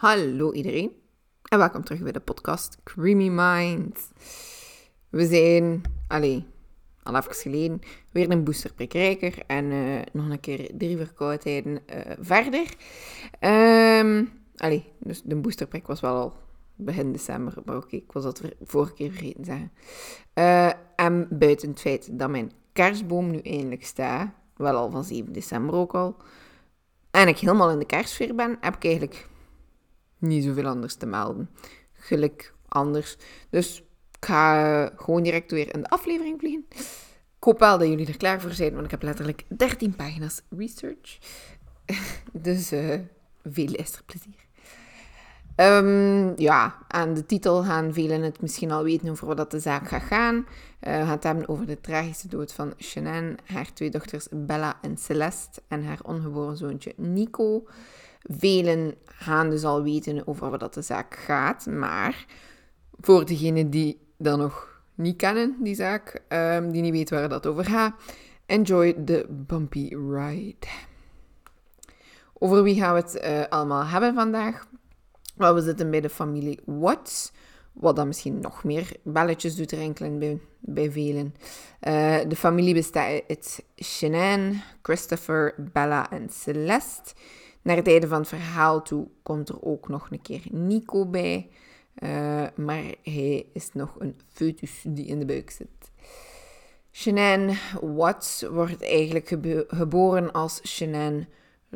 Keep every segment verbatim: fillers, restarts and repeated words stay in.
Hallo iedereen en welkom terug bij de podcast Creamy Mind. We zijn, allee, al even geleden, weer een boosterprik rijker en uh, nog een keer drie verkoudheden uh, verder. Um, allee, dus de boosterprik was wel al begin december, maar oké, okay, ik was dat ver- vorige keer vergeten zeggen. Uh, en buiten het feit dat mijn kerstboom nu eindelijk staat, wel al van zeven december ook al, en ik helemaal in de kerstsfeer ben, heb ik eigenlijk niet zoveel anders te melden. Gelijk anders. Dus ik ga gewoon direct weer in de aflevering vliegen. Ik hoop wel dat jullie er klaar voor zijn, want ik heb letterlijk dertien pagina's research. Dus uh, veel luisterplezier. Um, ja, aan de titel gaan velen het misschien al weten over wat de zaak gaat gaan. Uh, we gaan het hebben over de tragische dood van Shanann, haar twee dochters Bella en Celeste en haar ongeboren zoontje Nico. Velen gaan dus al weten over wat de zaak gaat, maar voor degenen die dat nog niet kennen, die zaak, um, die niet weten waar dat over gaat, enjoy the bumpy ride. Over wie gaan we het uh, allemaal hebben vandaag? Well, we zitten bij de familie Watts, wat dan misschien nog meer belletjes doet rinkelen bij, bij velen. Uh, de familie bestaat uit Shanann, Christopher, Bella en Celeste. Naar het einde van het verhaal toe komt er ook nog een keer Nico bij. Uh, maar hij is nog een foetus die in de buik zit. Shanann Watts wordt eigenlijk gebo- geboren als Shanann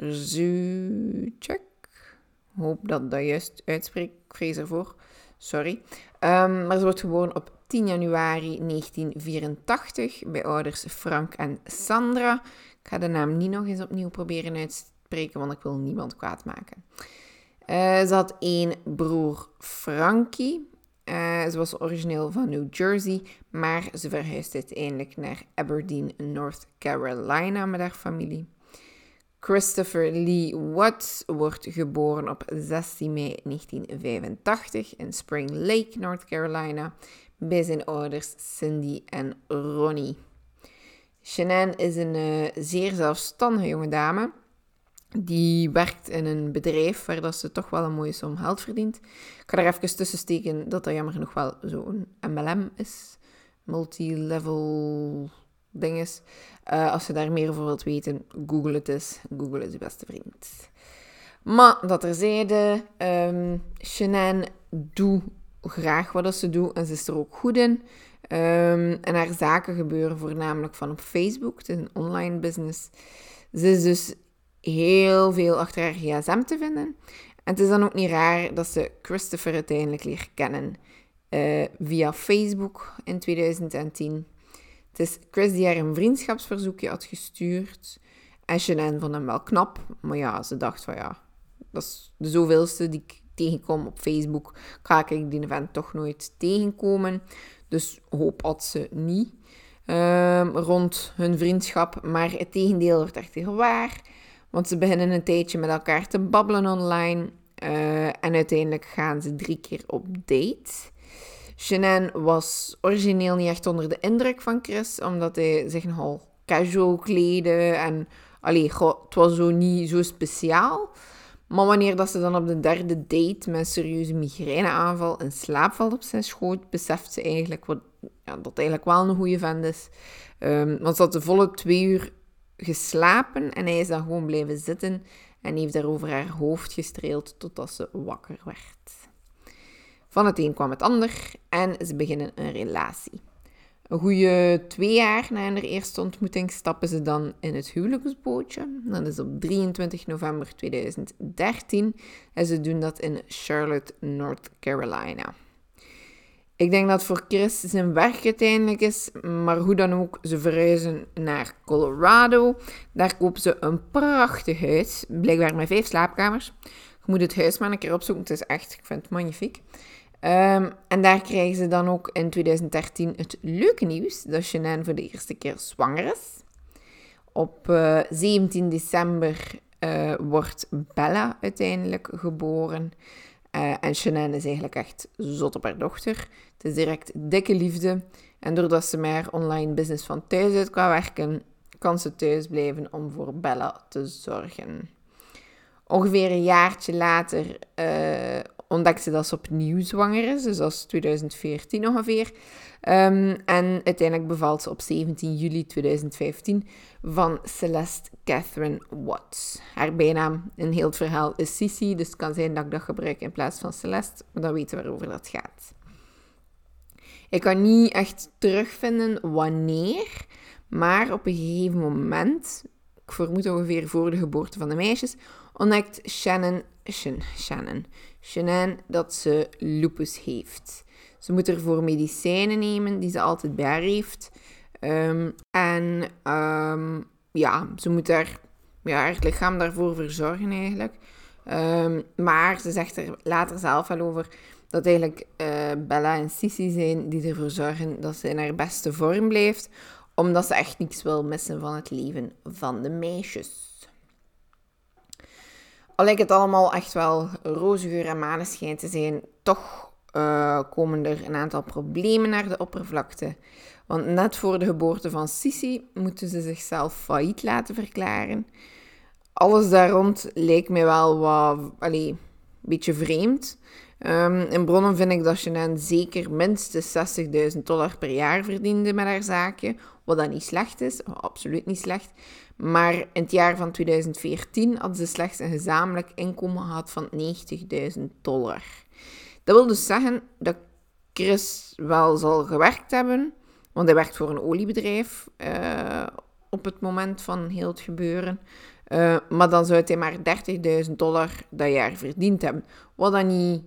Zuchek. Ik hoop dat ik dat juist uitspreek. Ik vrees ervoor. Sorry. Um, maar ze wordt geboren op tien januari negentien vierentachtig bij ouders Frank en Sandra. Ik ga de naam niet nog eens opnieuw proberen uit te spreken, want ik wil niemand kwaad maken. Uh, ze had één broer, Frankie. Uh, ze was origineel van New Jersey, maar ze verhuisde uiteindelijk naar Aberdeen, North Carolina met haar familie. Christopher Lee Watts wordt geboren op zestien mei negentien vijfentachtig in Spring Lake, North Carolina, bij zijn ouders Cindy en Ronnie. Shanann is een uh, zeer zelfstandige jonge dame. Die werkt in een bedrijf waar dat ze toch wel een mooie som geld verdient. Ik ga er even tussen steken dat dat jammer genoeg wel zo'n M L M is. Multilevel ding is. Uh, als je daar meer over wilt weten, Google het eens. Google is je beste vriend. Maar dat terzijde, um, Shanann doet graag wat ze doet en ze is er ook goed in. Um, en haar zaken gebeuren voornamelijk van op Facebook. Het is een online business. Ze is dus heel veel achter haar gsm te vinden. En het is dan ook niet raar dat ze Christopher uiteindelijk leert kennen uh, via Facebook in twintig tien. Het is Chris die haar een vriendschapsverzoekje had gestuurd. En Shanann vond hem wel knap. Maar ja, ze dacht van ja, dat is de zoveelste die ik tegenkom op Facebook. Ga ik die event toch nooit tegenkomen. Dus hoop had ze niet um, rond hun vriendschap. Maar het tegendeel wordt echter waar. Want ze beginnen een tijdje met elkaar te babbelen online. Uh, en uiteindelijk gaan ze drie keer op date. Shanann was origineel niet echt onder de indruk van Chris, omdat hij zich nogal casual kleedde. En allee, goh, het was zo niet zo speciaal. Maar wanneer dat ze dan op de derde date met een serieuze migraineaanval in slaap valt op zijn schoot, beseft ze eigenlijk wat, ja, dat het eigenlijk wel een goede vent is. Um, want ze had de volle twee uur geslapen en hij is dan gewoon blijven zitten en heeft daar over haar hoofd gestreeld totdat ze wakker werd. Van het een kwam het ander en ze beginnen een relatie. Een goede twee jaar na hun eerste ontmoeting stappen ze dan in het huwelijksbootje. Dat is op drieëntwintig november tweeduizend dertien en ze doen dat in Charlotte, North Carolina. Ik denk dat voor Chris zijn werk uiteindelijk is, maar hoe dan ook, ze verhuizen naar Colorado. Daar kopen ze een prachtig huis, blijkbaar met vijf slaapkamers. Je moet het huis maar een keer opzoeken, het is echt, ik vind het magnifiek. Um, en daar krijgen ze dan ook in twintig dertien het leuke nieuws dat Shanann voor de eerste keer zwanger is. Op uh, zeventien december uh, wordt Bella uiteindelijk geboren. Uh, en Shanann is eigenlijk echt zot op haar dochter. Het is direct dikke liefde. En doordat ze met haar online business van thuis uit kan werken, kan ze thuis blijven om voor Bella te zorgen. Ongeveer een jaartje later uh, ontdekt ze dat ze opnieuw zwanger is. Dus dat is twintig veertien ongeveer. Um, en uiteindelijk bevalt ze op zeventien juli tweeduizend vijftien van Celeste Catherine Watts. Haar bijnaam in heel het verhaal is Sissy, dus het kan zijn dat ik dat gebruik in plaats van Celeste, maar dan weten we waarover dat gaat. Ik kan niet echt terugvinden wanneer, maar op een gegeven moment, ik vermoed ongeveer voor de geboorte van de meisjes, ontdekt Shannon, Shannon, Shannon dat ze lupus heeft. Ze moet ervoor medicijnen nemen die ze altijd bij haar heeft. Um, en um, ja, ze moet daar, ja, haar lichaam daarvoor verzorgen eigenlijk. Um, maar ze zegt er later zelf wel over dat eigenlijk uh, Bella en Sissy zijn die ervoor zorgen dat ze in haar beste vorm blijft. Omdat ze echt niks wil missen van het leven van de meisjes. Al lijkt het allemaal echt wel roze geur en maneschijn te zijn, toch uh, komen er een aantal problemen naar de oppervlakte. Want net voor de geboorte van Sissy moeten ze zichzelf failliet laten verklaren. Alles daar rond lijkt mij wel wat, allee, een beetje vreemd. Um, in bronnen vind ik dat Shannon zeker minstens zestigduizend dollar per jaar verdiende met haar zaakje. Wat dat niet slecht is, absoluut niet slecht. Maar in het jaar van tweeduizend veertien hadden ze slechts een gezamenlijk inkomen gehad van negentigduizend dollar. Dat wil dus zeggen dat Chris wel zal gewerkt hebben, want hij werkt voor een oliebedrijf uh, op het moment van heel het gebeuren. Uh, maar dan zou hij maar dertigduizend dollar dat jaar verdiend hebben. Wat dan niet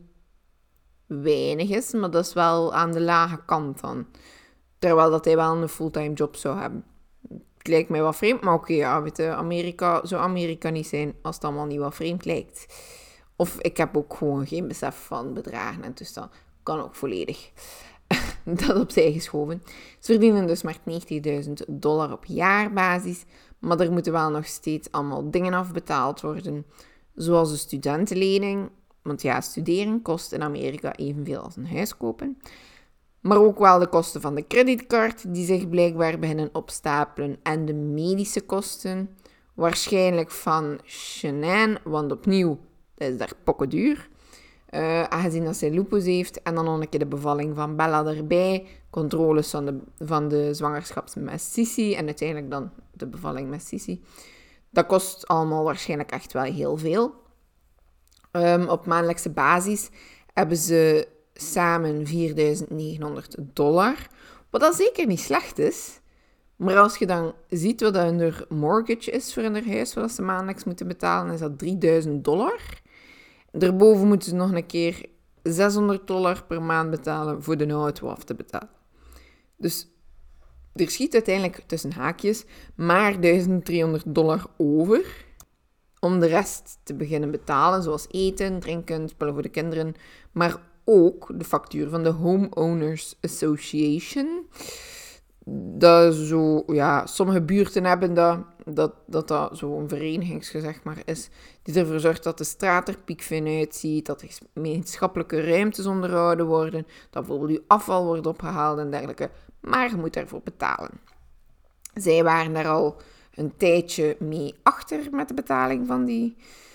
weinig is, maar dat is wel aan de lage kant dan. Terwijl dat hij wel een fulltime job zou hebben. Het lijkt mij wat vreemd, maar oké, okay, ja, weet je, Amerika zou Amerika niet zijn als het allemaal niet wat vreemd lijkt. Of ik heb ook gewoon geen besef van bedragen en dus dat kan ook volledig. Dat opzij geschoven. Ze verdienen dus maar negentigduizend dollar op jaarbasis, maar er moeten wel nog steeds allemaal dingen afbetaald worden, zoals de studentenlening. Want ja, studeren kost in Amerika evenveel als een huis kopen. Maar ook wel de kosten van de creditcard, die zich blijkbaar beginnen opstapelen. En de medische kosten, waarschijnlijk van Shannon, want opnieuw, dat is daar pokkenduur. Uh, aangezien dat zij lupus heeft. En dan nog een keer de bevalling van Bella erbij. Controles van de, van de zwangerschap met Sissy. En uiteindelijk dan de bevalling met Sissy. Dat kost allemaal waarschijnlijk echt wel heel veel. Um, op maandelijkse basis hebben ze samen vierduizend negenhonderd dollar. Wat dat zeker niet slecht is. Maar als je dan ziet wat hun mortgage is voor hun huis, wat ze maandelijks moeten betalen, is dat drieduizend dollar. Daarboven moeten ze nog een keer zeshonderd dollar per maand betalen voor de auto af te betalen. Dus er schiet uiteindelijk tussen haakjes maar duizend driehonderd dollar over om de rest te beginnen betalen, zoals eten, drinken, spullen voor de kinderen, maar ook de factuur van de Homeowners Association. Dat zo, ja, sommige buurten hebben dat, dat dat, dat zo'n verenigingsgezegd maar is, die ervoor zorgt dat de straat er piekfijn uitziet, dat er gemeenschappelijke ruimtes onderhouden worden, dat bijvoorbeeld je afval wordt opgehaald en dergelijke, maar je moet daarvoor betalen. Zij waren daar al een tijdje mee achter met de betaling van die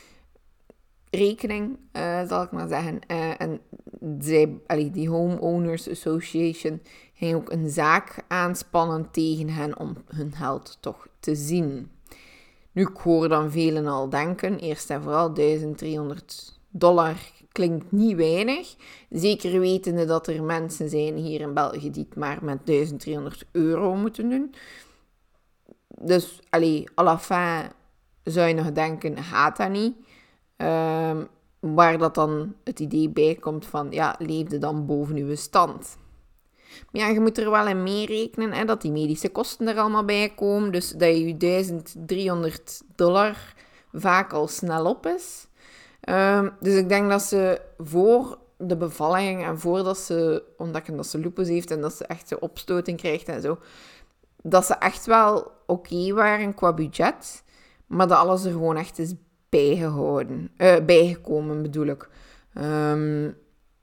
rekening, uh, zal ik maar zeggen. Uh, en zij, allee, die Homeowners Association ging ook een zaak aanspannen tegen hen om hun geld toch te zien. Nu, ik hoor dan velen al denken, eerst en vooral duizend driehonderd dollar klinkt niet weinig. Zeker wetende dat er mensen zijn hier in België die het maar met duizend driehonderd euro moeten doen. Dus, allee, à la fin zou je nog denken, gaat dat niet? Um, waar dat dan het idee bij komt van, ja, leefde dan boven uw stand. Maar ja, je moet er wel in meerekenen, hè, dat die medische kosten er allemaal bij komen. Dus dat je duizend driehonderd dollar vaak al snel op is. Um, dus ik denk dat ze voor de bevalling en voordat ze ontdekken dat ze lupus heeft en dat ze echt de opstoting krijgt en zo, dat ze echt wel oké okay waren qua budget, maar dat alles er gewoon echt is bijgehouden. Uh, bijgekomen bedoel ik. Um,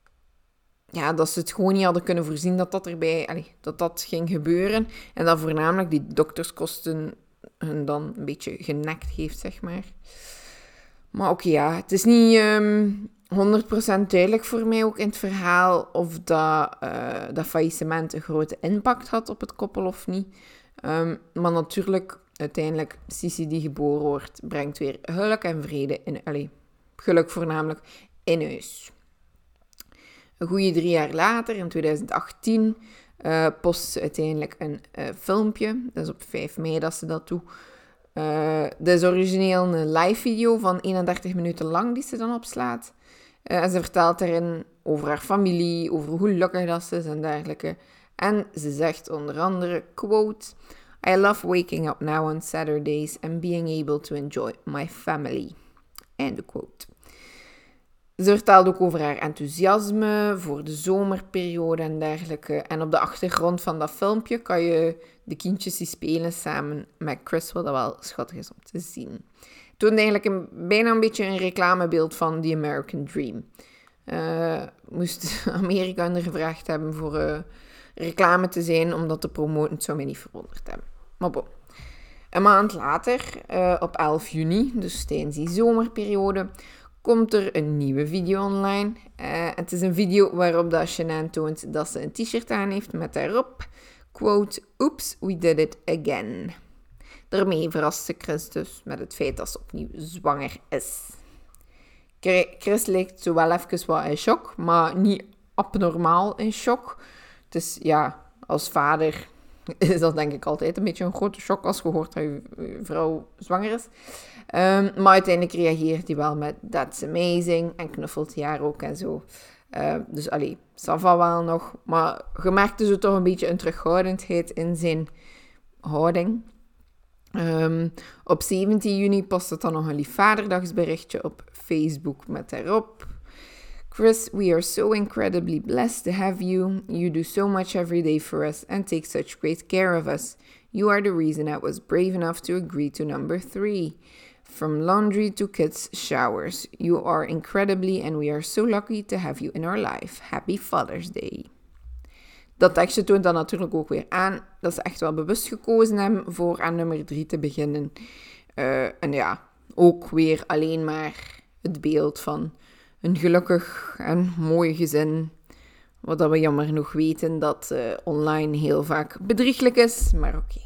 ja, dat ze het gewoon niet hadden kunnen voorzien dat dat erbij, allee, dat dat ging gebeuren. En dat voornamelijk die dokterskosten hun dan een beetje genekt heeft, zeg maar. Maar oké, okay, ja, het is niet um, honderd procent duidelijk voor mij ook in het verhaal of dat, uh, dat faillissement een grote impact had op het koppel of niet. Um, maar natuurlijk, uiteindelijk, Sisi die geboren wordt, brengt weer geluk en vrede in, allez, geluk voornamelijk in huis. Een goede drie jaar later, in twintig achttien, uh, post ze uiteindelijk een uh, filmpje. Dat is op vijf mei dat ze dat doet. Uh, dat is origineel een live video van eenendertig minuten lang die ze dan opslaat. Uh, en ze vertelt daarin over haar familie, over hoe gelukkig dat ze is en dergelijke. En ze zegt onder andere, quote, I love waking up now on Saturdays and being able to enjoy my family. End quote. Ze vertelt ook over haar enthousiasme voor de zomerperiode en dergelijke. En op de achtergrond van dat filmpje kan je de kindjes die spelen samen met Chris, wat dat wel schattig is om te zien. Het toont eigenlijk een, bijna een beetje een reclamebeeld van The American Dream. Uh, moest Amerika er gevraagd hebben voor uh, reclame te zijn, om dat te promoten, het zou mij niet verwonderd hebben. Maar bon. Een maand later, uh, op elf juni, dus tijdens die zomerperiode, komt er een nieuwe video online. Uh, het is een video waarop dat Shanann toont dat ze een t-shirt aan heeft met daarop, quote, oops, we did it again. Daarmee verrast ze Chris dus met het feit dat ze opnieuw zwanger is. Chris lijkt zo wel even wat in shock, maar niet abnormaal in shock. Dus ja, als vader is dat denk ik altijd een beetje een grote shock als je hoort dat je vrouw zwanger is. Um, maar uiteindelijk reageert hij wel met that's amazing en knuffelt hij haar ook en zo. Uh, dus allee, ça va wel nog. Maar je merkte zo toch een beetje een terughoudendheid in zijn houding. Um, op zeventien juni post het dan nog een lief vaderdagsberichtje op Facebook met daarop. Chris, we are so incredibly blessed to have you. You do so much every day for us and take such great care of us. You are the reason I was brave enough to agree to number three. From laundry to kids' showers. You are incredibly and we are so lucky to have you in our life. Happy Father's Day. Dat tekstje toont dan natuurlijk ook weer aan dat ze echt wel bewust gekozen hebben voor aan nummer drie te beginnen. Uh, en ja, ook weer alleen maar het beeld van een gelukkig en mooi gezin. Wat dat we jammer genoeg weten dat uh, online heel vaak bedrieglijk is, maar oké. Okay.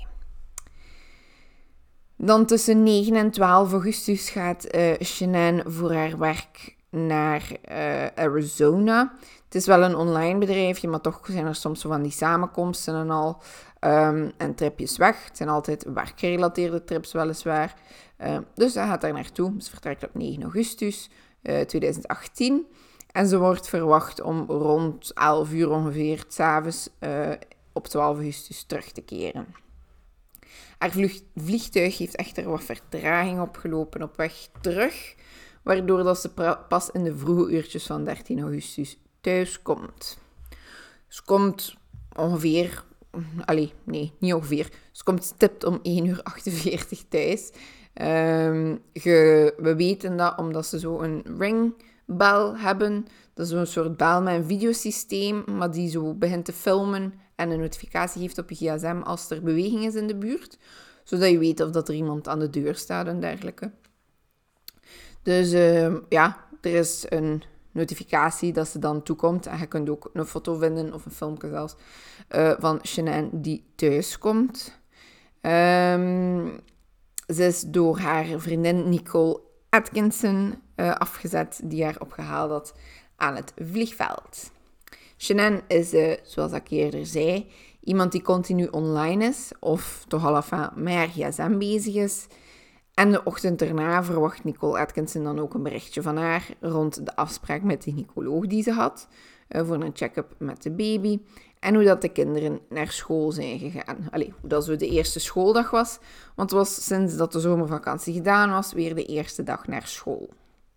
Dan tussen negen en twaalf augustus gaat uh, Shanann voor haar werk naar uh, Arizona. Het is wel een online bedrijfje, maar toch zijn er soms zo van die samenkomsten en al. Um, en tripjes weg. Het zijn altijd werkgerelateerde trips weliswaar. Uh, dus ze gaat daar naartoe. Ze vertrekt op negen augustus uh, twintig achttien. En ze wordt verwacht om rond elf uur ongeveer 's avonds uh, op twaalf augustus terug te keren. Haar vlucht, vliegtuig heeft echter wat vertraging opgelopen op weg terug, waardoor dat ze pra- pas in de vroege uurtjes van dertien augustus thuis komt. Ze komt ongeveer, allee, nee, niet ongeveer, ze komt stipt om één uur achtenveertig thuis. Um, ge, we weten dat omdat ze zo een ringbel hebben. Dat is een soort bel met een videosysteem, maar die zo begint te filmen en een notificatie geeft op je gsm als er beweging is in de buurt. Zodat je weet of dat er iemand aan de deur staat en dergelijke. Dus uh, ja, er is een notificatie dat ze dan toekomt. En je kunt ook een foto vinden, of een filmpje zelfs, uh, van Shanann die thuis komt. Um, ze is door haar vriendin Nicole Atkinson uh, afgezet, die haar opgehaald had aan het vliegveld. Shanann is, uh, zoals ik eerder zei, iemand die continu online is, of toch al enfin met haar gsm bezig is. En de ochtend erna verwacht Nicole Atkinson dan ook een berichtje van haar rond de afspraak met de gynaecoloog die ze had, uh, voor een check-up met de baby. En hoe dat de kinderen naar school zijn gegaan. Allee, hoe dat zo de eerste schooldag was. Want het was sinds dat de zomervakantie gedaan was, weer de eerste dag naar school.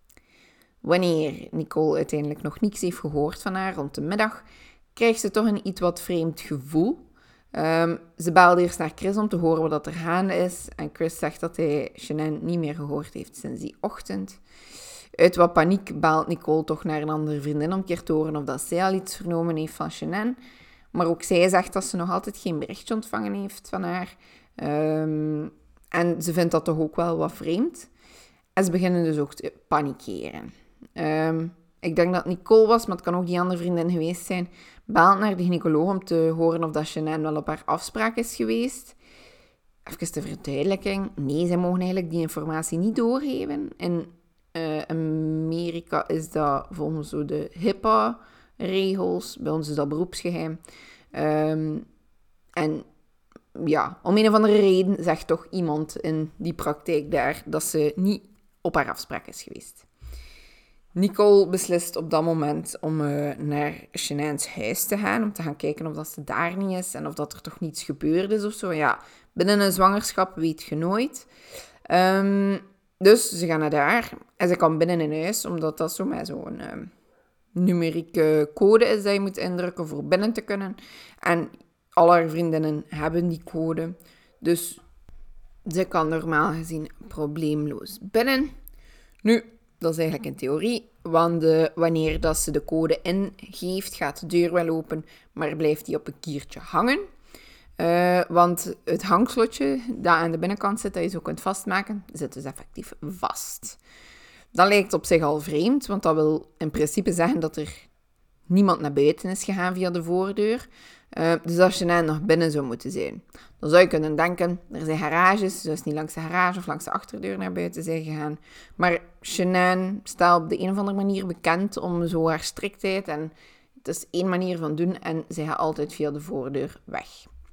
Wanneer Nicole uiteindelijk nog niets heeft gehoord van haar rond de middag, krijgt ze toch een iets wat vreemd gevoel. Um, ze belde eerst naar Chris om te horen wat er gaande is. En Chris zegt dat hij Shanann niet meer gehoord heeft sinds die ochtend. Uit wat paniek belt Nicole toch naar een andere vriendin om een keer te horen of dat zij al iets vernomen heeft van Shanann. Maar ook zij zegt dat ze nog altijd geen berichtje ontvangen heeft van haar. Um, en ze vindt dat toch ook wel wat vreemd. En ze beginnen dus ook te panikeren. Um, ik denk dat het Nicole was, maar het kan ook die andere vriendin geweest zijn. Belt naar de gynaecoloog om te horen of dat Shanann wel op haar afspraak is geweest. Even ter verduidelijking. Nee, zij mogen eigenlijk die informatie niet doorgeven. In uh, Amerika is dat volgens zo de HIPAA-regels. Bij ons is dat beroepsgeheim. Um, en ja, om een of andere reden zegt toch iemand in die praktijk daar dat ze niet op haar afspraak is geweest. Nicole beslist op dat moment om uh, naar Shanann's huis te gaan, om te gaan kijken of dat ze daar niet is en of dat er toch niets gebeurd is of zo. Ja, binnen een zwangerschap weet je nooit. Um, dus ze gaan naar daar en ze kan binnen in huis, omdat dat zo met zo'n uh, numerieke code is dat je moet indrukken voor binnen te kunnen. En al haar vriendinnen hebben die code, dus ze kan normaal gezien probleemloos binnen. Nu, dat is eigenlijk een theorie, want de, wanneer dat ze de code ingeeft, gaat de deur wel open, maar blijft die op een kiertje hangen. Uh, want het hangslotje dat aan de binnenkant zit, dat je zo kunt vastmaken, zit dus effectief vast. Dat lijkt op zich al vreemd, want dat wil in principe zeggen dat er niemand naar buiten is gegaan via de voordeur. Uh, dus dat Shanann nog binnen zou moeten zijn. Dan zou je kunnen denken, er zijn garages, dus niet langs de garage of langs de achterdeur naar buiten zijn gegaan. Maar Shanann staat op de een of andere manier bekend om zo haar striktheid. En het is één manier van doen en zij gaat altijd via de voordeur weg.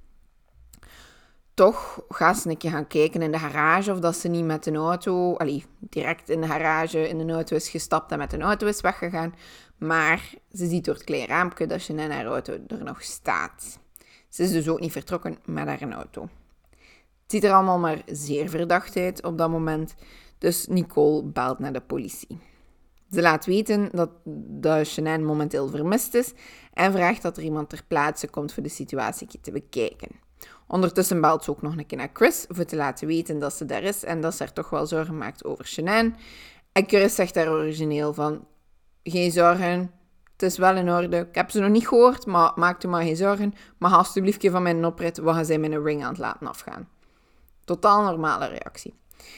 Toch gaat ze een keer gaan kijken in de garage of dat ze niet met een auto, allee, direct in de garage in een auto is gestapt en met een auto is weggegaan. Maar ze ziet door het kleine raampje dat Shanann haar auto er nog staat. Ze is dus ook niet vertrokken met haar auto. Het ziet er allemaal maar zeer verdacht uit op dat moment. Dus Nicole belt naar de politie. Ze laat weten dat, dat Shanann momenteel vermist is en vraagt dat er iemand ter plaatse komt voor de situatie te bekijken. Ondertussen belt ze ook nog een keer naar Chris voor te laten weten dat ze daar is en dat ze er toch wel zorgen maakt over Shanann. En Chris zegt daar origineel van: geen zorgen, het is wel in orde. Ik heb ze nog niet gehoord, maar maak u maar geen zorgen. Maar ga alsjeblieft van mijn oprit, wat gaan zij met een ring aan het laten afgaan. Totaal normale reactie.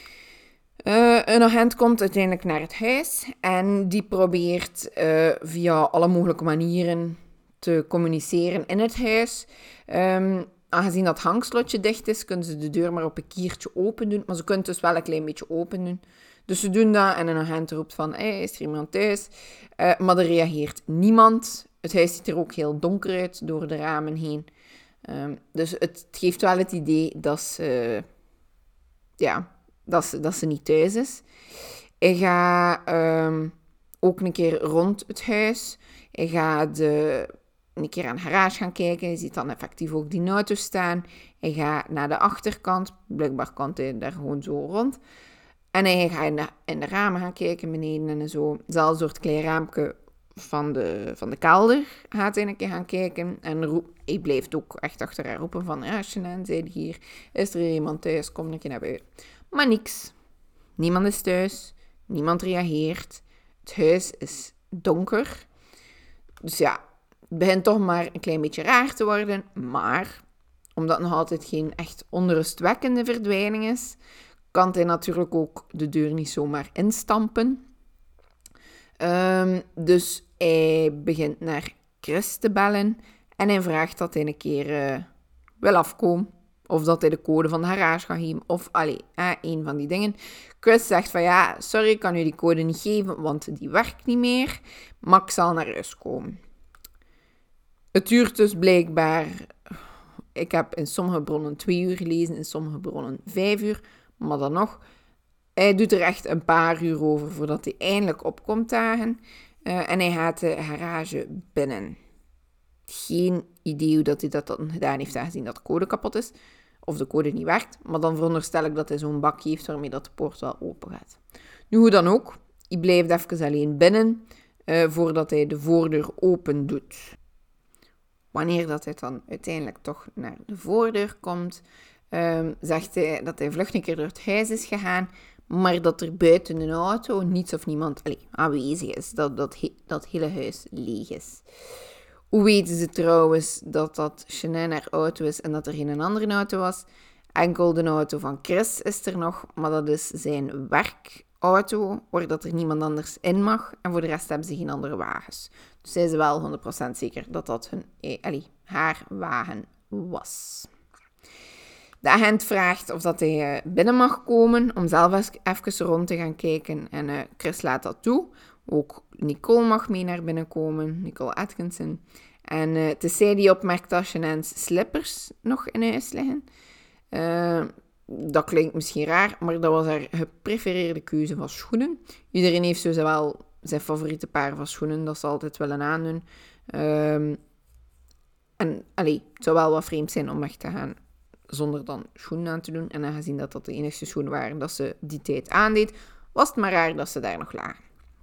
Uh, een agent komt uiteindelijk naar het huis en die probeert uh, via alle mogelijke manieren te communiceren in het huis. Um, aangezien dat hangslotje dicht is, kunnen ze de deur maar op een kiertje open doen, maar ze kunnen het dus wel een klein beetje open doen. Dus ze doen dat en een agent roept van, hey, is er iemand thuis? Uh, maar er reageert niemand. Het huis ziet er ook heel donker uit door de ramen heen. Um, dus het, het geeft wel het idee dat ze, ja, dat ze, dat ze niet thuis is. Ik ga um, ook een keer rond het huis. Ik ga de, een keer aan de garage gaan kijken. Je ziet dan effectief ook die auto staan. Ik ga naar de achterkant. Blijkbaar kan hij daar gewoon zo rond. En hij gaat in de, in de ramen gaan kijken, beneden en zo. Zelfs door het kleine raampje van de, van de kelder gaat hij een keer gaan kijken. En roep, hij blijft ook echt achter haar roepen van, ja, Shanann, zijn hier? Is er hier iemand thuis? Kom een keer naar buiten. Maar niks. Niemand is thuis. Niemand reageert. Het huis is donker. Dus ja, het begint toch maar een klein beetje raar te worden. Maar, omdat het nog altijd geen echt onrustwekkende verdwijning is, kan hij natuurlijk ook de deur niet zomaar instampen. Um, dus hij begint naar Chris te bellen en hij vraagt dat hij een keer uh, wil afkomen. Of dat hij de code van de garage gaat geven. Of, allee, eh, een van die dingen. Chris zegt van, ja, sorry, ik kan u die code niet geven, want die werkt niet meer. Maar ik zal naar huis komen. Het duurt dus blijkbaar, ik heb in sommige bronnen twee uur gelezen, in sommige bronnen vijf uur. Maar dan nog, hij doet er echt een paar uur over voordat hij eindelijk opkomt dagen. Uh, en hij gaat de garage binnen. Geen idee hoe dat hij dat dan gedaan heeft, aangezien dat de code kapot is. Of de code niet werkt. Maar dan veronderstel ik dat hij zo'n bakje heeft waarmee dat de poort wel open gaat. Nu, hoe dan ook, hij blijft even alleen binnen uh, voordat hij de voordeur open doet. Wanneer dat hij dan uiteindelijk toch naar de voordeur komt, um, zegt hij dat hij vlug een keer door het huis is gegaan, maar dat er buiten een auto niets of niemand allez, aanwezig is. Dat dat, he, dat hele huis leeg is. Hoe weten ze trouwens dat dat Shanann haar auto is en dat er geen andere auto was? Enkel de auto van Chris is er nog, maar dat is zijn auto waar dat er niemand anders in mag. En voor de rest hebben ze geen andere wagens. Dus zijn ze wel honderd procent zeker dat dat hun, eh, allee, haar wagen was. De agent vraagt of dat hij uh, binnen mag komen om zelf even rond te gaan kijken. En uh, Chris laat dat toe. Ook Nicole mag mee naar binnen komen, Nicole Atkinson. En uh, het is zij die opmerkt dat Shanann's slippers nog in huis liggen. Uh, dat klinkt misschien raar, maar dat was haar geprefereerde keuze van schoenen. Iedereen heeft zo wel zijn favoriete paar van schoenen, dat ze altijd willen aandoen. Um, en allee, het zou wel wat vreemd zijn om weg te gaan zonder dan schoenen aan te doen. En aangezien dat dat de enige schoenen waren dat ze die tijd aandeed, was het maar raar dat ze daar nog lagen.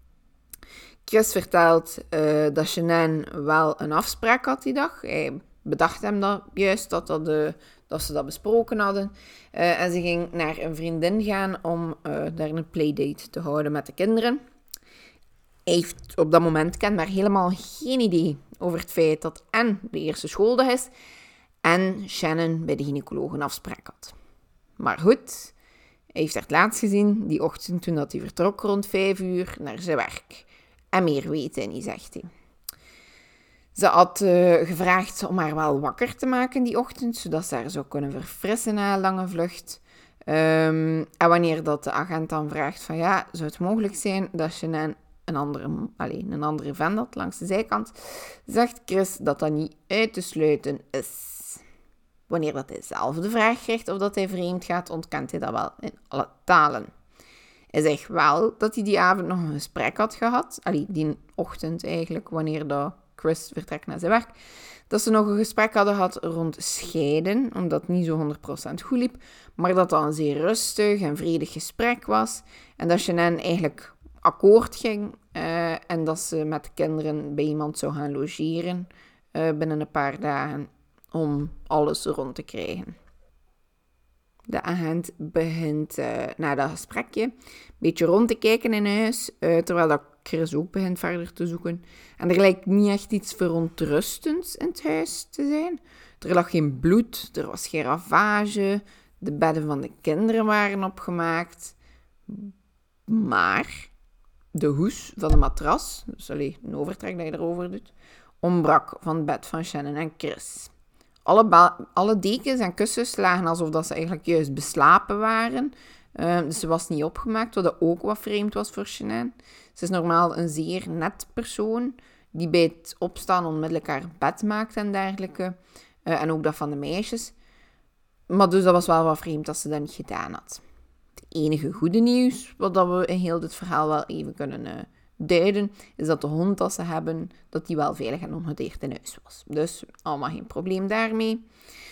Chris vertelt uh, dat Shanann wel een afspraak had die dag. Hij bedacht hem dat juist, dat, dat, uh, dat ze dat besproken hadden. Uh, en ze ging naar een vriendin gaan om uh, daar een playdate te houden met de kinderen. Hij heeft op dat moment kenbaar helemaal geen idee over het feit dat en de eerste schooldag is en Shannon bij de gynaecoloog een afspraak had. Maar goed, hij heeft haar het laatst gezien, die ochtend toen dat hij vertrok rond vijf uur naar zijn werk. En meer weet hij niet, zegt hij. Ze had uh, gevraagd om haar wel wakker te maken die ochtend, zodat ze haar zou kunnen verfrissen na een lange vlucht. Um, en wanneer dat de agent dan vraagt van ja, zou het mogelijk zijn dat Shanann een andere, allez, een andere vent had langs de zijkant, zegt Chris dat dat niet uit te sluiten is. Wanneer dat hij zelf de vraag krijgt of dat hij vreemd gaat, ontkent hij dat wel in alle talen. Hij zegt wel dat hij die avond nog een gesprek had gehad, allee, die ochtend eigenlijk, wanneer dat Chris vertrekt naar zijn werk, dat ze nog een gesprek hadden gehad rond scheiden, omdat het niet zo honderd procent goed liep, maar dat dat een zeer rustig en vredig gesprek was en dat Shanann eigenlijk akkoord ging uh, en dat ze met de kinderen bij iemand zou gaan logeren uh, binnen een paar dagen om alles rond te krijgen. De agent begint uh, na dat gesprekje een beetje rond te kijken in huis, uh, terwijl dat Chris ook begint verder te zoeken. En er lijkt niet echt iets verontrustends in het huis te zijn. Er lag geen bloed, er was geen ravage, de bedden van de kinderen waren opgemaakt. Maar de hoes van de matras, dus allee, een overtrek dat je erover doet, ontbrak van het bed van Shannon en Chris. Alle, ba- alle dekens en kussens lagen alsof dat ze eigenlijk juist beslapen waren. Uh, dus ze was niet opgemaakt, wat ook wat vreemd was voor Shanann. Ze is normaal een zeer net persoon, die bij het opstaan onmiddellijk haar bed maakt en dergelijke. Uh, en ook dat van de meisjes. Maar dus dat was wel wat vreemd dat ze dat niet gedaan had. Het enige goede nieuws, wat dat we in heel dit verhaal wel even kunnen uh, duiden, is dat de hond dat ze hebben, dat die wel veilig en ongedeerd in huis was. Dus allemaal geen probleem daarmee.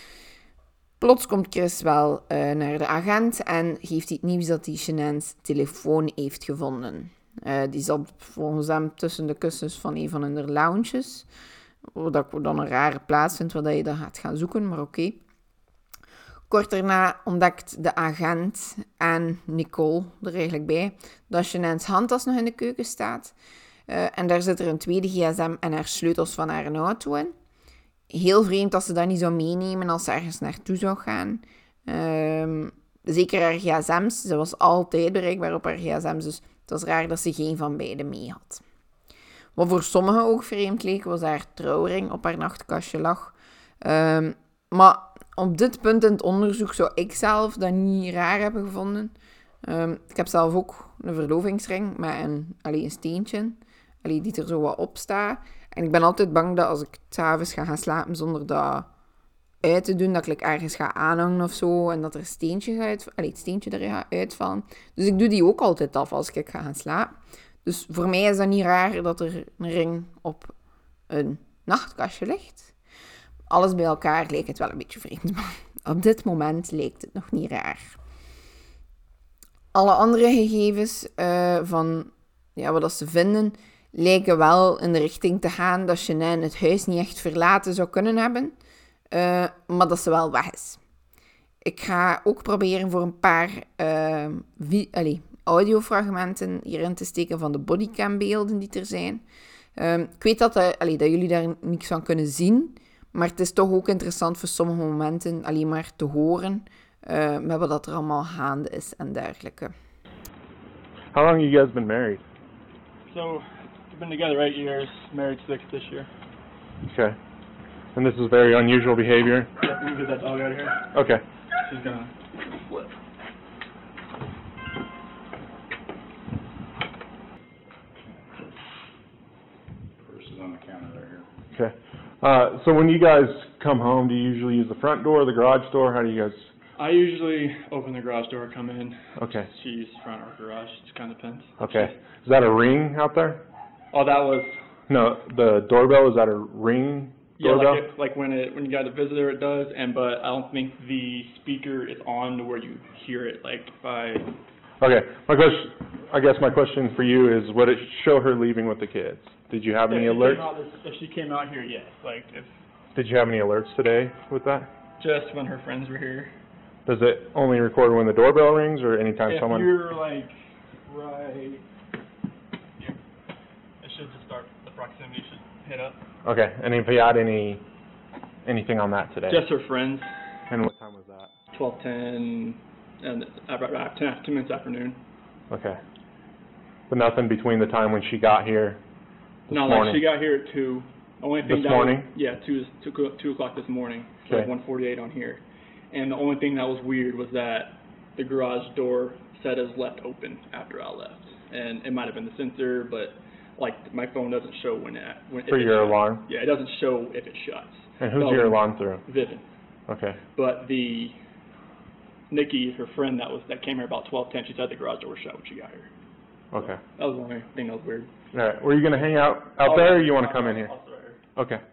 Plots komt Chris wel uh, naar de agent en geeft hij het nieuws dat hij Shanann's telefoon heeft gevonden. Uh, die zat volgens hem tussen de kussens van een van hun lounges. Wat ik dan een rare plaats vind, waar je dat gaat gaan zoeken, maar oké. Okay. Kort daarna ontdekt de agent en Nicole er eigenlijk bij dat Shanann's handtas nog in de keuken staat. Uh, en daar zit er een tweede gsm en haar sleutels van haar auto in. Heel vreemd dat ze dat niet zou meenemen als ze ergens naartoe zou gaan. Um, zeker haar gsm's. Ze was altijd bereikbaar op haar gsm's, dus het was raar dat ze geen van beide mee had. Wat voor sommigen ook vreemd leek, was haar trouwring op haar nachtkastje lag. Um, maar op dit punt in het onderzoek zou ik zelf dat niet raar hebben gevonden. Um, ik heb zelf ook een verlovingsring met een, allee, een steentje, allee, die er zo wat op staat. En ik ben altijd bang dat als ik 's avonds ga gaan slapen zonder dat uit te doen, dat ik ergens ga aanhangen of zo en dat er een steentje, gaat, allee, het steentje er gaat uitvallen. Dus ik doe die ook altijd af als ik ga gaan slapen. Dus voor mij is dat niet raar dat er een ring op een nachtkastje ligt. Alles bij elkaar leek het wel een beetje vreemd, maar op dit moment leek het nog niet raar. Alle andere gegevens uh, van ja, wat ze vinden, lijken wel in de richting te gaan dat Shanann het huis niet echt verlaten zou kunnen hebben, uh, maar dat ze wel weg is. Ik ga ook proberen voor een paar uh, vi- allez, audiofragmenten hierin te steken van de bodycambeelden die er zijn. Uh, ik weet dat, uh, allez, dat jullie daar niks van kunnen zien, maar het is toch ook interessant voor sommige momenten alleen maar te horen uh, met wat er allemaal gaande is en dergelijke. How long have you guys been married? So, we've been together eight years, married six this year. Okay. And this is very unusual behavior? Yeah, we can get that dog out of here. Okay. She's gonna flip. Purse is on the counter right here. Okay. Uh, so when you guys come home, do you usually use the front door or the garage door? How do you guys... I usually open the garage door, come in. Okay. She uses front or garage, it just kind of depends. Okay. Is that a ring out there? Oh, that was... No, the doorbell, is that a ring Yeah, doorbell? like, it, like when it when you got a visitor, it does, and but I don't think the speaker is on to where you hear it. Like if I Okay. My question, I guess my question for you is, would it show her leaving with the kids? Did you have any if she alerts? came out this, if she came out here, yes. Like if Did you have any alerts today with that? just when her friends were here. Does it only record when the doorbell rings, or anytime If someone? you're like right here, it should just start. The proximity should hit up. Okay. And if you had any anything on that today? Just her friends. And what time was that? Twelve ten and about ten, ten minutes afternoon. Okay. But nothing between the time when she got here this No, morning? like she got here at two. Only thing This that morning? Was, yeah, two, two, two o'clock this morning. So Okay. like one forty-eight on here. And the only thing that was weird was that the garage door said as left open after I left. And it might have been the sensor, but like my phone doesn't show when it when For if it your shuts. alarm? Yeah, it doesn't show if it shuts. And who's So, your alarm through? Vivint. Okay. But the Nikki, her friend that was that came here about twelve ten, she said the garage door was shut when she got here. Okay. That was the only thing that was weird. All right. Were you going to hang out out Oh, there, or you want to I'll- come in here? I'll start here. Okay.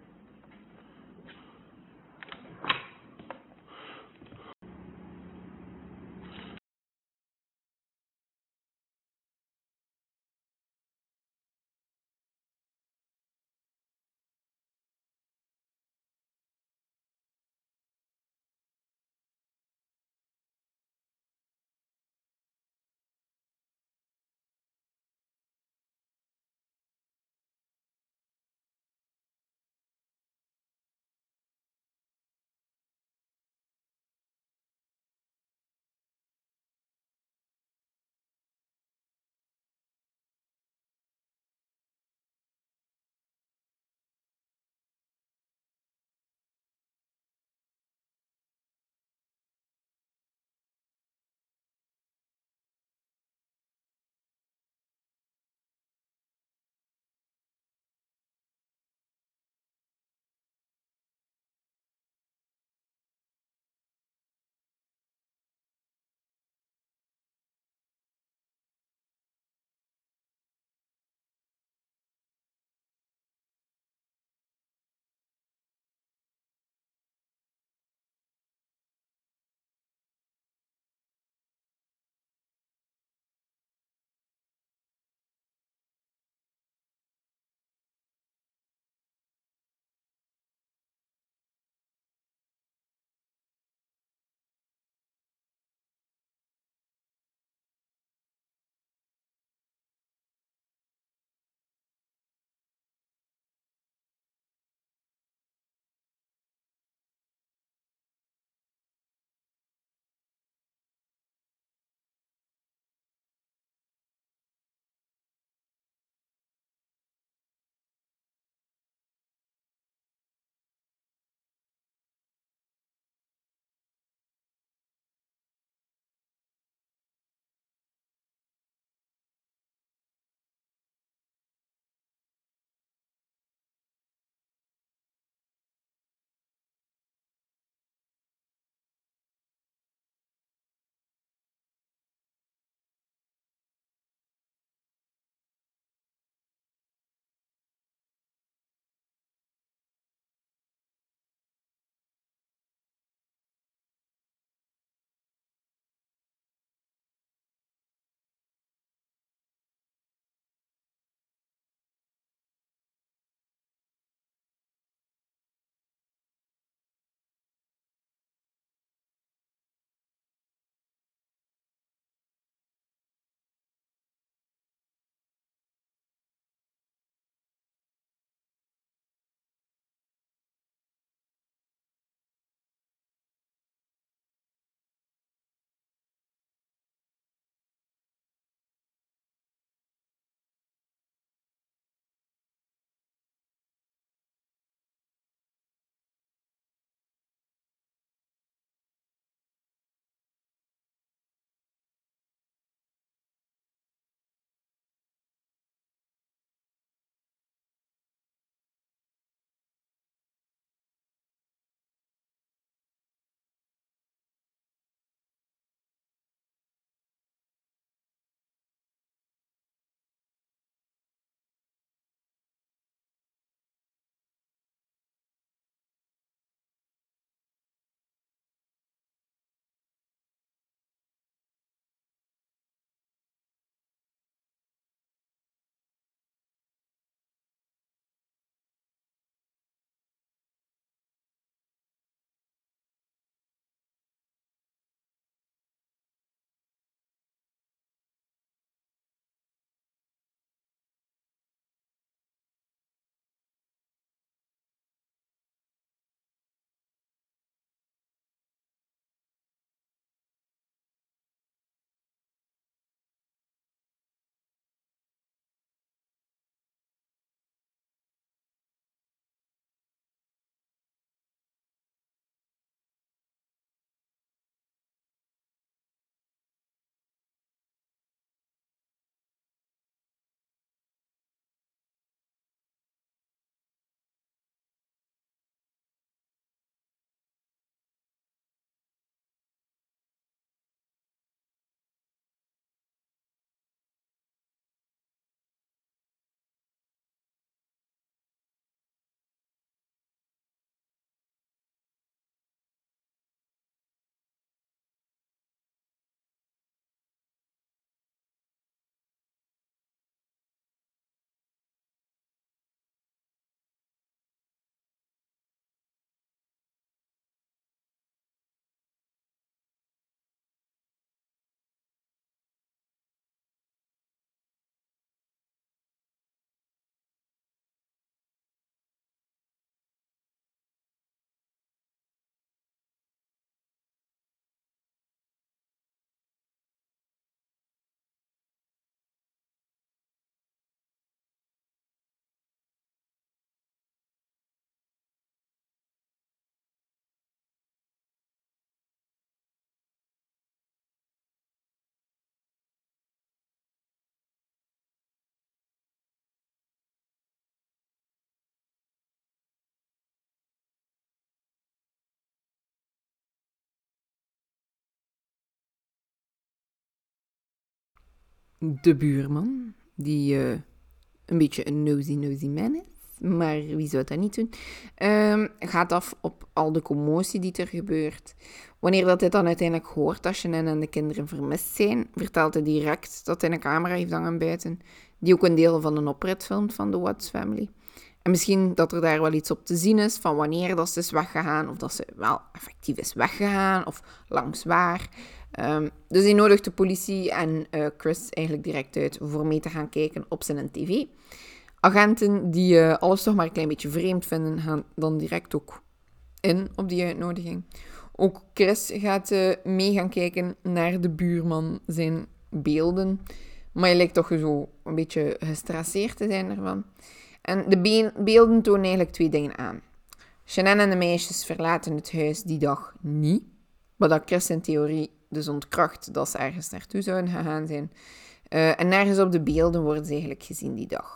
de buurman, die uh, een beetje een nosy nosy man is. Maar wie zou dat niet doen? Um, gaat af op al de commotie die er gebeurt. Wanneer dat hij dan uiteindelijk hoort dat Shanann en de kinderen vermist zijn, vertelt hij direct dat hij een camera heeft hangen buiten, die ook een deel van een oprit filmt van de Watts family. En misschien dat er daar wel iets op te zien is van wanneer dat ze is weggegaan, of dat ze wel effectief is weggegaan, of langs waar. Um, dus hij nodigt de politie en uh, Chris eigenlijk direct uit voor mee te gaan kijken op zijn tv. Agenten die uh, alles toch maar een klein beetje vreemd vinden, gaan dan direct ook in op die uitnodiging. Ook Chris gaat uh, mee gaan kijken naar de buurman zijn beelden. Maar hij lijkt toch zo een beetje gestresseerd te zijn ervan. En de be- beelden tonen eigenlijk twee dingen aan. Shanann en de meisjes verlaten het huis die dag niet. Wat dat Chris in theorie dus ontkracht dat ze ergens naartoe zouden gegaan zijn. Uh, en nergens op de beelden worden ze eigenlijk gezien die dag.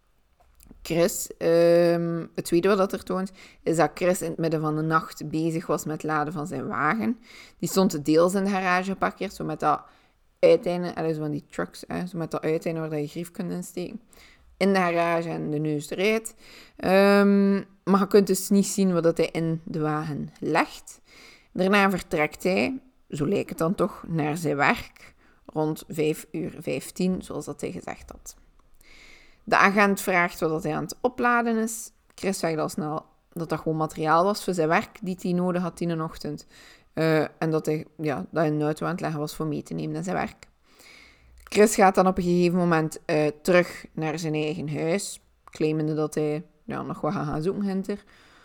Chris, um, het tweede wat er toont, is dat Chris in het midden van de nacht bezig was met het laden van zijn wagen. Die stond deels in de garage geparkeerd, zo met dat uiteinde, allez, zo van die trucks, hè, zo met dat uiteinde waar je grief kunt insteken. In de garage en de neus eruit. Um, maar je kunt dus niet zien wat hij in de wagen legt. Daarna vertrekt hij, zo lijkt het dan toch, naar zijn werk. Rond vijf uur vijftien, zoals dat hij gezegd had. De agent vraagt wat hij aan het opladen is. Chris zegt al snel dat dat gewoon materiaal was voor zijn werk die hij nodig had in de ochtend. Uh, en dat hij, ja, dat hij een auto aan het leggen was voor mee te nemen naar zijn werk. Chris gaat dan op een gegeven moment uh, terug naar zijn eigen huis, claimende dat hij ja, nog wat gaat gaan zoeken hinter.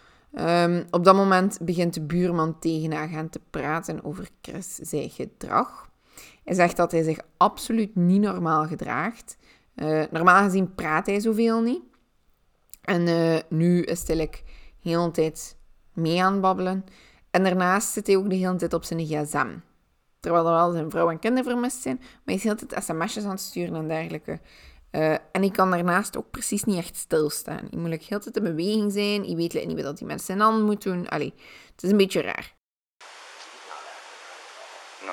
Um, op dat moment begint de buurman tegen de agent te praten over Chris zijn gedrag. Hij zegt dat hij zich absoluut niet normaal gedraagt. Uh, normaal gezien praat hij zoveel niet. En uh, nu is hij like, de hele tijd mee aan het babbelen. En daarnaast zit hij ook de hele tijd op zijn gsm. Terwijl er wel zijn vrouw en kinderen vermist zijn. Maar hij is de hele tijd sms'jes aan het sturen en dergelijke. Uh, en hij kan daarnaast ook precies niet echt stilstaan. Hij moet like, de hele tijd in beweging zijn. Hij weet like, niet wat hij met zijn handen moet doen. Allee, het is een beetje raar. No.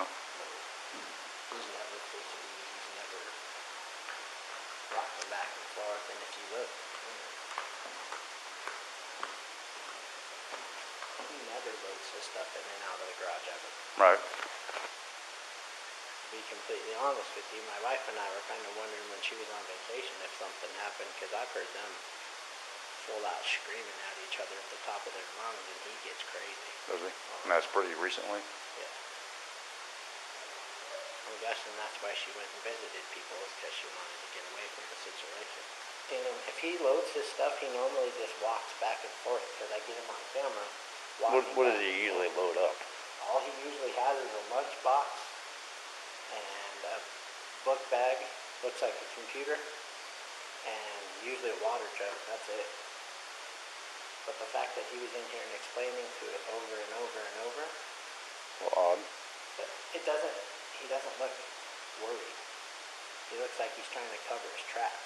Right. To be completely honest with you, my wife and I were kind of wondering when she was on vacation if something happened, because I've heard them full out screaming at each other at the top of their lungs, and he gets crazy. Does he? And that's pretty recently? Yeah. I'm guessing that's why she went and visited people, is because she wanted to get away from the situation. And if he loads his stuff, he normally just walks back and forth, because I get him on camera. What, what does he usually load up? All he usually has is a lunchbox and a book bag, looks like a computer, and usually a water jug. That's it. But the fact that he was in here and explaining to it over and over and over, Well, odd. but it doesn't. He doesn't look worried. He looks like he's trying to cover his tracks.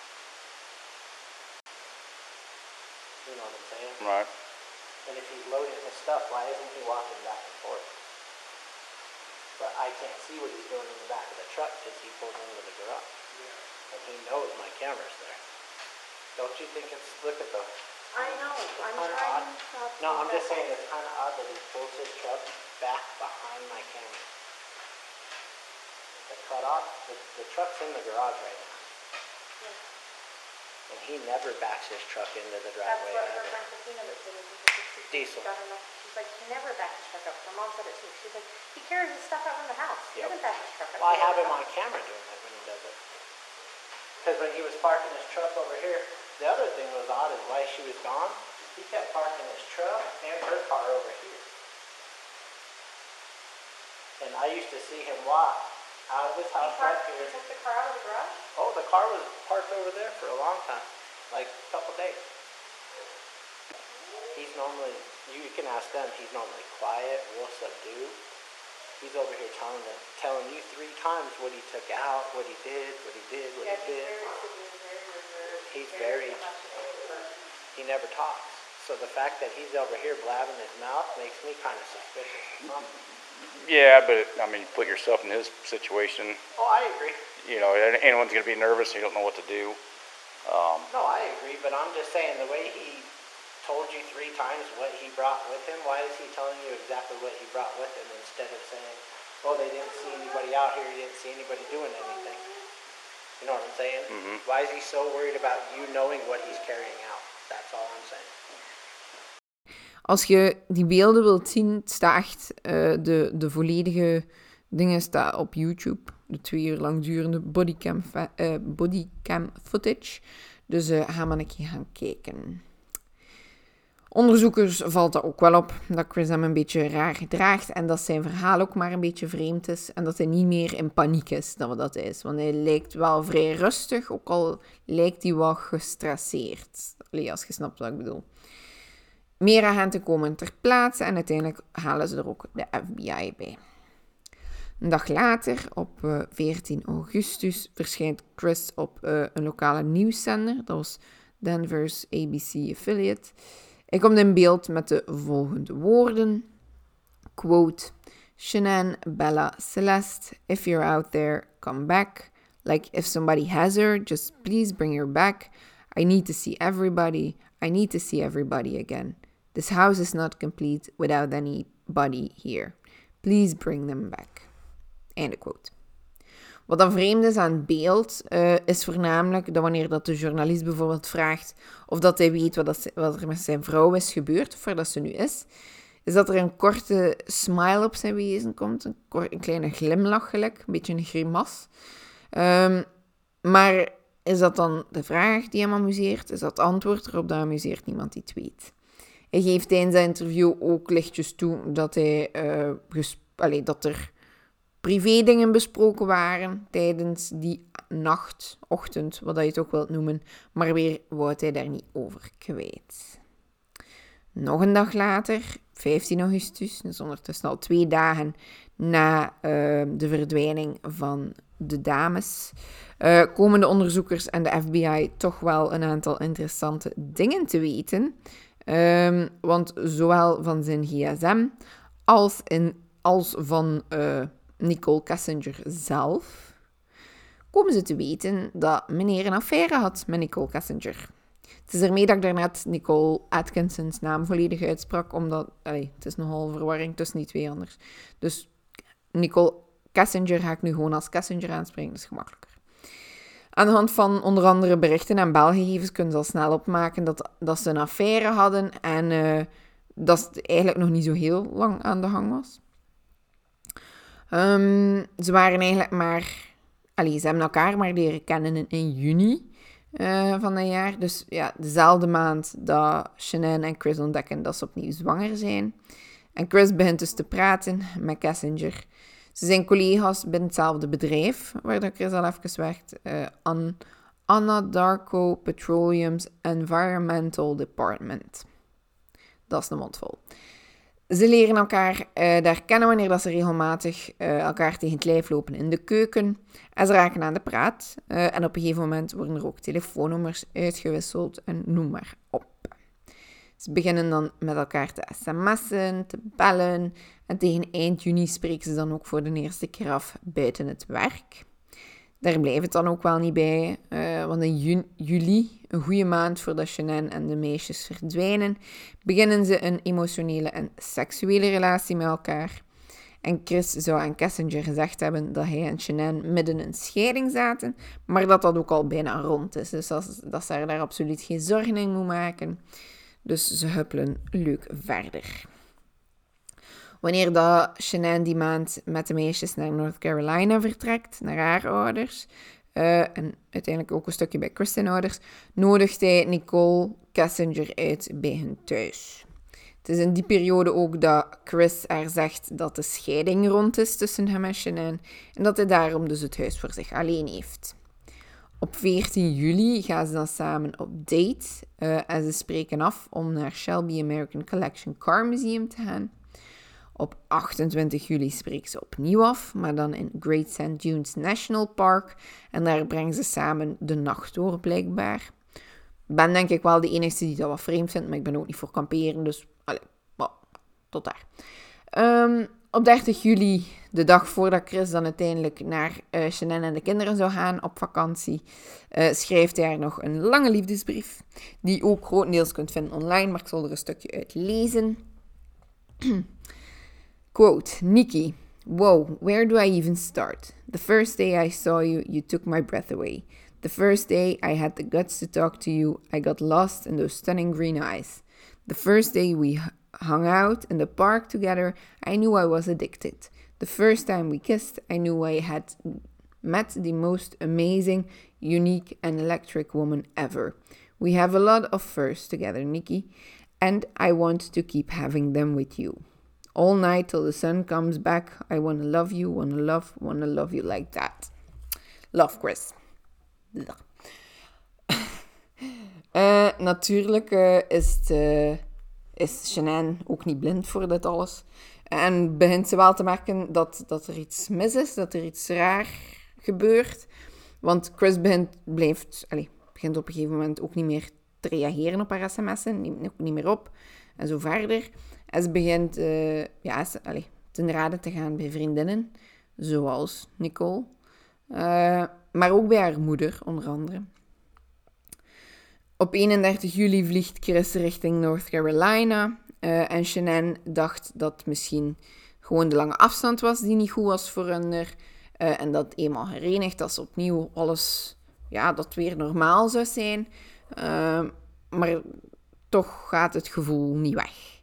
You know what I'm saying? Right. And if he's loading his stuff, why isn't he walking back and forth? But I can't see what he's doing in the back of the truck because he pulled into the garage. Yeah. And he knows my camera's there. Don't you think it's, look at the... I know, I'm kinda trying odd. not to... No, I'm just saying it's kind of odd that he pulls his truck back behind my camera. The cutoff, the, the truck's in the garage right now. Yeah. And he never backs his truck into the That's driveway what her ever. friend Christina was saying. Diesel. She's like, he never backs his truck up. Her mom said it too. She's like, he carries his stuff out in the house. He Yep. doesn't back his truck up. Well, I He have goes him on out. camera doing that when he does it. Because when he was parking his truck over here, the other thing was odd is while she was gone, he kept parking his truck and her car over here. And I used to see him walk out of his He house right parked, he here. took the car out of the garage? Oh, the car was parked over there for a long time, like a couple days. He's normally, you can ask them, he's normally quiet, real subdued. He's over here telling them, telling you three times what he took out, what he did, what he did, what Yeah, he he's did. very severe, very reserved. He's very- much an introvert. He never talks. So the fact that he's over here blabbing his mouth makes me kind of suspicious of something. Yeah, but, I mean, put yourself in his situation. Oh, I agree. You know, anyone's going to be nervous. You don't know what to do. Um, No, I agree, but I'm just saying the way he told you three times what he brought with him, why is he telling you exactly what he brought with him instead of saying, oh, they didn't see anybody out here, he didn't see anybody doing anything. You know what I'm saying? Mhm. Why is he so worried about you knowing what he's carrying out? That's all I'm saying. Als je die beelden wilt zien, het staat echt, uh, de, de volledige dingen staan op YouTube. De twee uur lang durende bodycam, uh, bodycam footage. Dus uh, ga maar een keer gaan kijken. Onderzoekers valt dat ook wel op, dat Chris hem een beetje raar gedraagt en dat zijn verhaal ook maar een beetje vreemd is en dat hij niet meer in paniek is dan wat dat is. Want hij lijkt wel vrij rustig, ook al lijkt hij wel gestresseerd. Allee, als je snapt wat ik bedoel. Meer agenten komen ter plaatse en uiteindelijk halen ze er ook de F B I bij. Een dag later, op uh, veertien augustus, verschijnt Chris op uh, een lokale nieuwszender. Dat was Denver's A B C affiliate. Hij komt in beeld met de volgende woorden. Quote, Shanann, Bella, Celeste, if you're out there, come back. Like if somebody has her, just please bring her back. I need to see everybody. I need to see everybody again. This house is not complete without anybody here. Please bring them back. Einde quote. Wat dan vreemd is aan het beeld, uh, is voornamelijk dat wanneer dat de journalist bijvoorbeeld vraagt of dat hij weet wat, dat, wat er met zijn vrouw is gebeurd, of waar dat ze nu is, is dat er een korte smile op zijn wezen komt, een, kort, een kleine glimlach gelijk, een beetje een grimas. Um, maar is dat dan de vraag die hem amuseert? Is dat het antwoord erop? Dat amuseert niemand die het weet. Hij geeft tijdens dat interview ook lichtjes toe dat, hij, uh, gesp- allee, dat er privé dingen besproken waren tijdens die nacht, ochtend, wat je het ook wilt noemen, maar weer wou hij daar niet over kwijt. Nog een dag later, vijftien augustus, dus ondertussen al twee dagen na uh, de verdwijning van de dames, uh, komen de onderzoekers en de F B I toch wel een aantal interessante dingen te weten. Um, want zowel van zijn gsm als, in, als van uh, Nicole Kessinger zelf komen ze te weten dat meneer een affaire had met Nicole Kessinger. Het is ermee dat ik daarnet Nicole Atkinson's naam volledig uitsprak, omdat allee, het is nogal verwarring tussen die twee anders. Dus Nicole Kessinger ga ik nu gewoon als Kessinger aanspreken, dat is gemakkelijker. Aan de hand van onder andere berichten en belgegevens kunnen ze al snel opmaken dat, dat ze een affaire hadden en uh, dat het eigenlijk nog niet zo heel lang aan de gang was. Um, ze waren eigenlijk maar... Allee, ze hebben elkaar maar leren kennen in, in juni uh, van dat jaar. Dus ja, dezelfde maand dat Shanann en Chris ontdekken dat ze opnieuw zwanger zijn. En Chris begint dus te praten met Kessinger. Ze zijn collega's binnen hetzelfde bedrijf, waar dat Chris al even werkt. Uh, An- Anadarko Petroleum's Environmental Department. Dat is de mond vol. Ze leren elkaar uh, daar kennen wanneer dat ze regelmatig uh, elkaar tegen het lijf lopen in de keuken. En ze raken aan de praat. Uh, en op een gegeven moment worden er ook telefoonnummers uitgewisseld en noem maar op. Ze beginnen dan met elkaar te sms'en, te bellen. En tegen eind juni spreken ze dan ook voor de eerste keer af buiten het werk. Daar blijft het dan ook wel niet bij, uh, want in ju- juli, een goede maand voordat Shanann en de meisjes verdwijnen, beginnen ze een emotionele en seksuele relatie met elkaar. En Chris zou aan Kessinger gezegd hebben dat hij en Shanann midden in scheiding zaten, maar dat dat ook al bijna rond is. Dus dat, dat ze daar absoluut geen zorgen in moet maken. Dus ze huppelen leuk verder. Wanneer dat Shanann die maand met de meisjes naar North Carolina vertrekt, naar haar ouders, uh, en uiteindelijk ook een stukje bij Chris' zijn ouders, nodigt hij Nicole Kessinger uit bij hun thuis. Het is in die periode ook dat Chris haar zegt dat de scheiding rond is tussen hem en Shanann en dat hij daarom dus het huis voor zich alleen heeft. Op veertien juli gaan ze dan samen op date uh, en ze spreken af om naar Shelby American Collection Car Museum te gaan. Op achtentwintig juli spreken ze opnieuw af, maar dan in Great Sand Dunes National Park. En daar brengen ze samen de nacht door, blijkbaar. Ik ben denk ik wel de enige die dat wat vreemd vindt, maar ik ben ook niet voor kamperen, dus allez, well, tot daar. Um, op dertig juli, de dag voordat Chris dan uiteindelijk naar uh, Shanann en de kinderen zou gaan op vakantie, uh, schrijft hij haar nog een lange liefdesbrief, die je ook grotendeels kunt vinden online, maar ik zal er een stukje uit lezen. Quote, Nikki, wow, where do I even start? The first day I saw you, you took my breath away. The first day I had the guts to talk to you, I got lost in those stunning green eyes. The first day we hung out in the park together, I knew I was addicted. The first time we kissed, I knew I had met the most amazing, unique and electric woman ever. We have a lot of firsts together, Nikki, and I want to keep having them with you. All night till the sun comes back, I wanna love you, wanna love, wanna love you like that. Love, Chris. uh, natuurlijk uh, is, het, uh, is Shanann ook niet blind voor dit alles. En begint ze wel te merken dat, dat er iets mis is, dat er iets raar gebeurt. Want Chris begint, blijft, allez, begint op een gegeven moment ook niet meer te reageren op haar sms'en, neemt ook niet meer op en zo verder. En ze begint uh, ja, ze, allez, ten rade te gaan bij vriendinnen, zoals Nicole. Uh, maar ook bij haar moeder, onder andere. Op eenendertig juli vliegt Chris richting North Carolina. Uh, en Shanann dacht dat misschien gewoon de lange afstand was die niet goed was voor hen. Uh, en dat eenmaal herenigd, dat ze opnieuw alles, ja, dat weer normaal zou zijn. Uh, maar toch gaat het gevoel niet weg.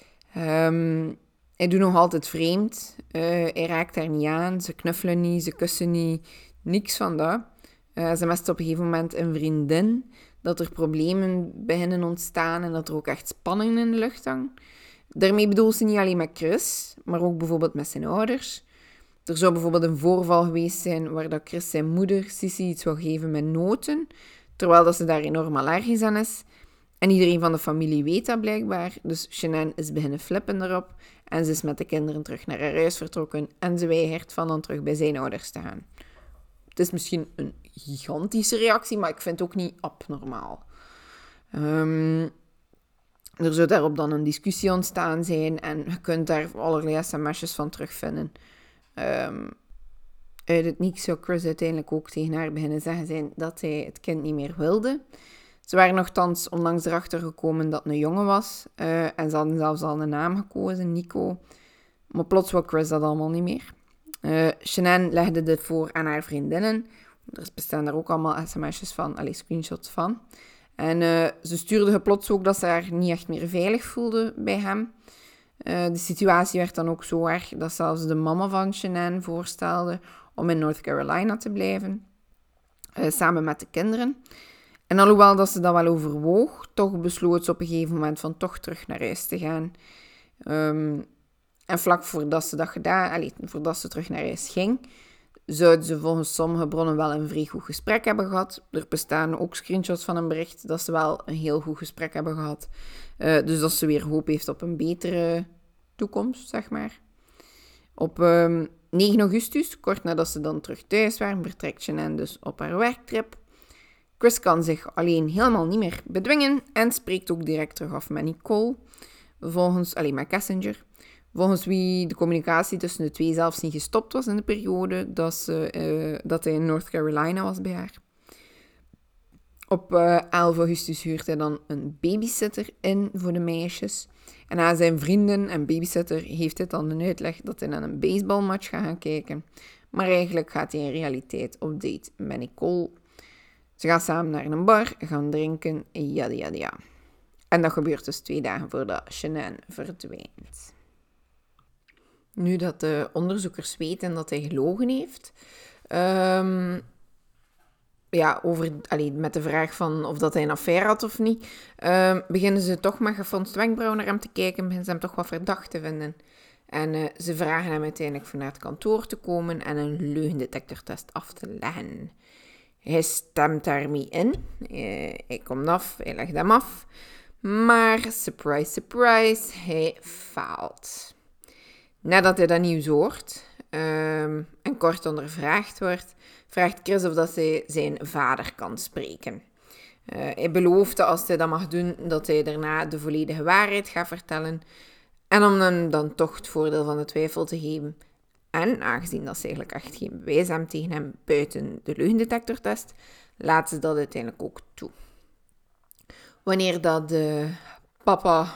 Um, hij doet nog altijd vreemd. Uh, hij raakt haar niet aan. Ze knuffelen niet, ze kussen niet. Niks van dat. Uh, ze mist op een gegeven moment een vriendin. Dat er problemen beginnen ontstaan en dat er ook echt spanning in de lucht hangt. Daarmee bedoelt ze niet alleen met Chris, maar ook bijvoorbeeld met zijn ouders. Er zou bijvoorbeeld een voorval geweest zijn waar dat Chris zijn moeder Sissy iets zou geven met noten, terwijl dat ze daar enorm allergisch aan is. En iedereen van de familie weet dat blijkbaar. Dus Shanann is beginnen flippen erop en ze is met de kinderen terug naar haar huis vertrokken en ze weigert van dan terug bij zijn ouders te gaan. Het is misschien een gigantische reactie, maar ik vind het ook niet abnormaal. Um, er zou daarop dan een discussie ontstaan zijn en je kunt daar allerlei sms'jes van terugvinden. Um, uit het niets zou Chris uiteindelijk ook tegen haar beginnen zeggen zijn dat hij het kind niet meer wilde. Ze waren nogthans onlangs erachter gekomen dat het een jongen was. Uh, en ze hadden zelfs al een naam gekozen, Nico. Maar plots wou Chris dat allemaal niet meer. Uh, Shanann legde dit voor aan haar vriendinnen. Er bestaan daar ook allemaal sms'jes van, allee, screenshots van. En uh, ze stuurde plots ook dat ze haar niet echt meer veilig voelde bij hem. Uh, de situatie werd dan ook zo erg dat zelfs de mama van Shanann voorstelde om in North Carolina te blijven. Uh, samen met de kinderen. En alhoewel dat ze dat wel overwoog, toch besloot ze op een gegeven moment van toch terug naar huis te gaan. Um, en vlak voordat ze dat gedaan, allez, voordat ze terug naar huis ging, zouden ze volgens sommige bronnen wel een vrij goed gesprek hebben gehad. Er bestaan ook screenshots van een bericht dat ze wel een heel goed gesprek hebben gehad. Uh, dus dat ze weer hoop heeft op een betere toekomst, zeg maar. Op um, negen augustus, kort nadat ze dan terug thuis waren, vertrekt Shanann dus op haar werktrip. Chris kan zich alleen helemaal niet meer bedwingen en spreekt ook direct terug af met Nicole, volgens, alleen met Cassinger, volgens wie de communicatie tussen de twee zelfs niet gestopt was in de periode dat, ze, uh, dat hij in North Carolina was bij haar. Op uh, elf augustus huurt hij dan een babysitter in voor de meisjes. En aan zijn vrienden en babysitter heeft hij dan een uitleg dat hij naar een baseballmatch gaat gaan kijken. Maar eigenlijk gaat hij in realiteit op date met Nicole. Ze gaan samen naar een bar, gaan drinken, ja, ja, ja. En dat gebeurt dus twee dagen voordat Shanann verdwijnt. Nu dat de onderzoekers weten dat hij gelogen heeft, um, ja, over, allee, met de vraag van of dat hij een affaire had of niet, um, beginnen ze toch met gefronst wenkbrauw naar hem te kijken, beginnen ze hem toch wat verdacht te vinden. En uh, ze vragen hem uiteindelijk voor naar het kantoor te komen en een leugendetectortest af te leggen. Hij stemt daarmee in. Uh, hij komt af, hij legt hem af. Maar, surprise, surprise, hij faalt. Nadat hij dat nieuws hoort um, en kort ondervraagd wordt, vraagt Chris of dat hij zijn vader kan spreken. Uh, hij belooft als hij dat mag doen, dat hij daarna de volledige waarheid gaat vertellen. En om hem dan toch het voordeel van de twijfel te geven, en aangezien dat ze eigenlijk echt geen bewijs hebben tegen hem buiten de leugendetectortest, laat ze dat uiteindelijk ook toe. Wanneer dat de papa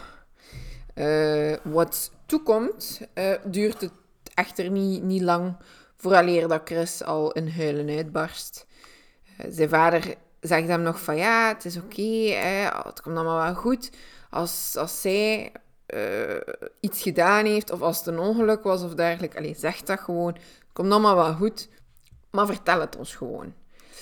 uh, wat toekomt, uh, duurt het echter niet, niet lang vooraleer dat Chris al in huilen uitbarst. Uh, zijn vader zegt hem nog van ja, het is oké, okay, het komt allemaal wel goed. Als, als zij uh, iets gedaan heeft of als het een ongeluk was of dergelijke, allee, zeg dat gewoon, het komt allemaal wel goed, maar vertel het ons gewoon.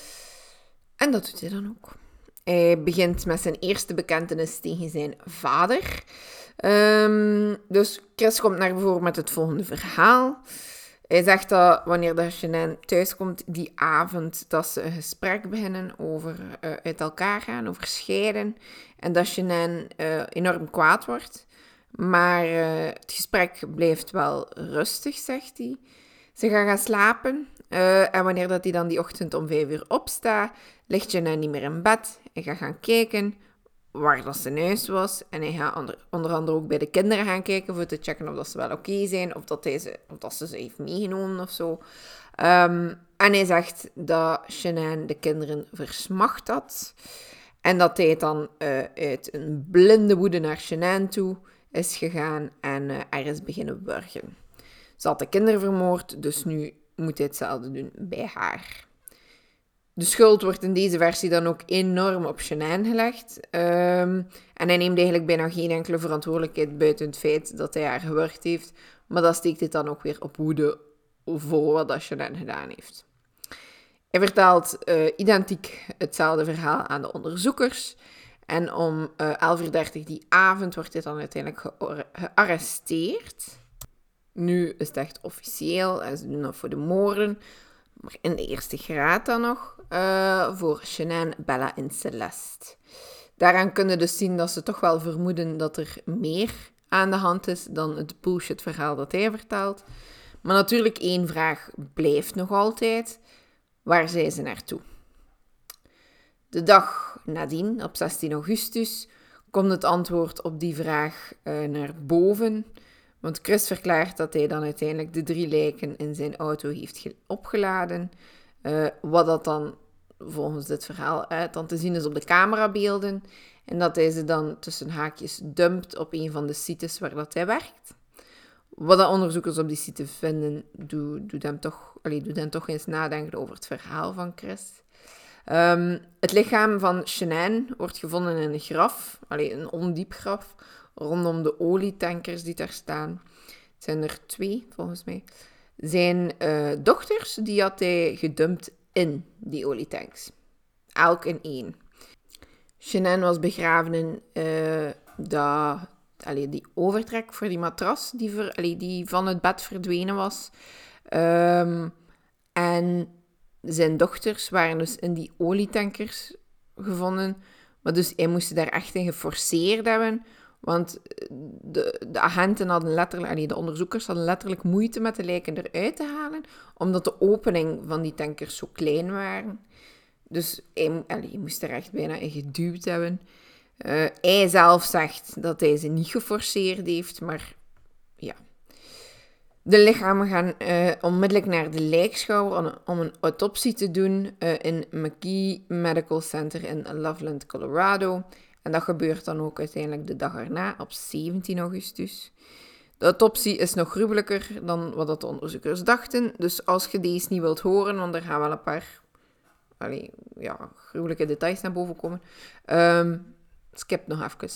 En dat doet hij dan ook. Hij begint met zijn eerste bekentenis tegen zijn vader. Um, dus Chris komt naar voren met het volgende verhaal. Hij zegt dat wanneer de Shanann thuiskomt die avond, dat ze een gesprek beginnen over uh, uit elkaar gaan, over scheiden. En dat Shanann uh, enorm kwaad wordt. Maar uh, het gesprek blijft wel rustig, zegt hij. Ze gaan gaan slapen. Uh, en wanneer dat hij dan die ochtend om vijf uur opstaat, ligt Shanann niet meer in bed. Hij gaat gaan kijken waar dat zijn huis was. En hij gaat onder, onder andere ook bij de kinderen gaan kijken voor te checken of dat ze wel oké okay zijn. Of dat, hij ze, of dat ze ze heeft meegenomen of zo. Um, en hij zegt dat Shanann de kinderen versmacht had. En dat hij dan uh, uit een blinde woede naar Shanann toe is gegaan en uh, er is beginnen wurgen. Ze had de kinderen vermoord, dus nu moet hij hetzelfde doen bij haar. De schuld wordt in deze versie dan ook enorm op Shanann gelegd. Um, en hij neemt eigenlijk bijna geen enkele verantwoordelijkheid buiten het feit dat hij haar gewurgd heeft. Maar dat steekt het dan ook weer op woede voor wat dat Shanann gedaan heeft. Hij vertelt uh, identiek hetzelfde verhaal aan de onderzoekers. En om uh, elf uur dertig die avond wordt hij dan uiteindelijk ge- gearresteerd. Nu is het echt officieel en ze doen dat voor de moorden. Maar in de eerste graad dan nog uh, voor Shanann, Bella en Celeste. Daaraan kunnen dus zien dat ze toch wel vermoeden dat er meer aan de hand is dan het bullshit verhaal dat hij vertelt. Maar natuurlijk één vraag blijft nog altijd. Waar zijn ze naartoe? De dag nadien, op zestien augustus, komt het antwoord op die vraag uh, naar boven. Want Chris verklaart dat hij dan uiteindelijk de drie lijken in zijn auto heeft ge- opgeladen. Uh, wat dat dan volgens dit verhaal uit dan te zien is op de camerabeelden. En dat hij ze dan tussen haakjes dumpt op een van de sites waar dat hij werkt. Wat de onderzoekers op die site vinden, doet doe hem toch, allee, doet hem toch eens nadenken over het verhaal van Chris. Um, het lichaam van Shanann wordt gevonden in een graf, allee, een ondiep graf, rondom de olietankers die daar staan. Het zijn er twee, volgens mij. Zijn uh, dochters, die had hij gedumpt in die olietanks. Elk in één. Shanann was begraven in uh, de, allee, die overtrek voor die matras die, ver, allee, die van het bed verdwenen was. Um, en zijn dochters waren dus in die olietankers gevonden. Maar dus hij moest daar echt in geforceerd hebben. Want de, de agenten hadden letterlijk, allee, de onderzoekers hadden letterlijk moeite met de lijken eruit te halen. Omdat de opening van die tankers zo klein waren. Dus hij, allee, hij moest er echt bijna in geduwd hebben. Uh, hij zelf zegt dat hij ze niet geforceerd heeft, maar ja. De lichamen gaan uh, onmiddellijk naar de lijkschouwer om, om een autopsie te doen uh, in McGee Medical Center in Loveland, Colorado. En dat gebeurt dan ook uiteindelijk de dag erna, op zeventien augustus. De autopsie is nog gruwelijker dan wat de onderzoekers dachten. Dus als je deze niet wilt horen, want er gaan wel een paar allee, ja, gruwelijke details naar boven komen. Um, skip nog even.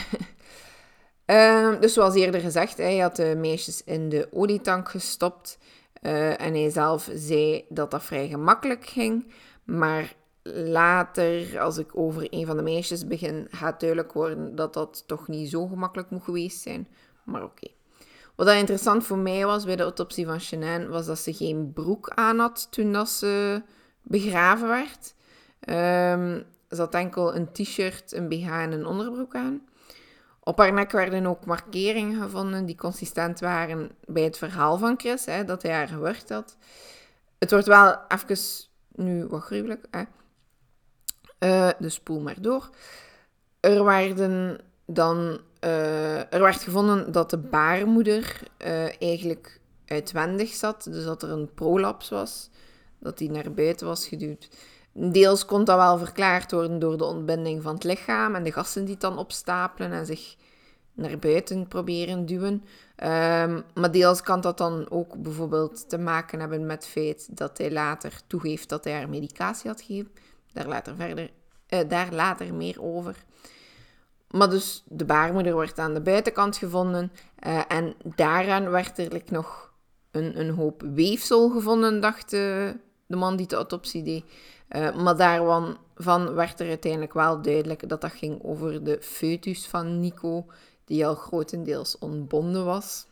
Uh, dus zoals eerder gezegd, hij had de meisjes in de olietank gestopt. Uh, en hij zelf zei dat dat vrij gemakkelijk ging. Maar later, als ik over een van de meisjes begin, gaat duidelijk worden dat dat toch niet zo gemakkelijk moet geweest zijn. Maar oké. Okay. Wat dat interessant voor mij was bij de autopsie van Shanann, was dat ze geen broek aan had toen dat ze begraven werd. Um, ze had enkel een t-shirt, een B H en een onderbroek aan. Op haar nek werden ook markeringen gevonden die consistent waren bij het verhaal van Chris, hè, dat hij haar gewurgd had. Het wordt wel even nu wat gruwelijk, hè. Uh, dus spoel maar door. Er werden dan uh, er werd gevonden dat de baarmoeder uh, eigenlijk uitwendig zat. Dus dat er een prolaps was. Dat die naar buiten was geduwd. Deels kon dat wel verklaard worden door de ontbinding van het lichaam en de gassen die het dan opstapelen en zich naar buiten proberen duwen. Um, maar deels kan dat dan ook bijvoorbeeld te maken hebben met het feit dat hij later toegeeft dat hij haar medicatie had gegeven. Daar later, verder, uh, daar later meer over. Maar dus de baarmoeder werd aan de buitenkant gevonden uh, en daaraan werd er nog een, een hoop weefsel gevonden, dacht uh, de man die de autopsie deed. Uh, maar daarvan werd er uiteindelijk wel duidelijk dat dat ging over de foetus van Nico, die al grotendeels ontbonden was.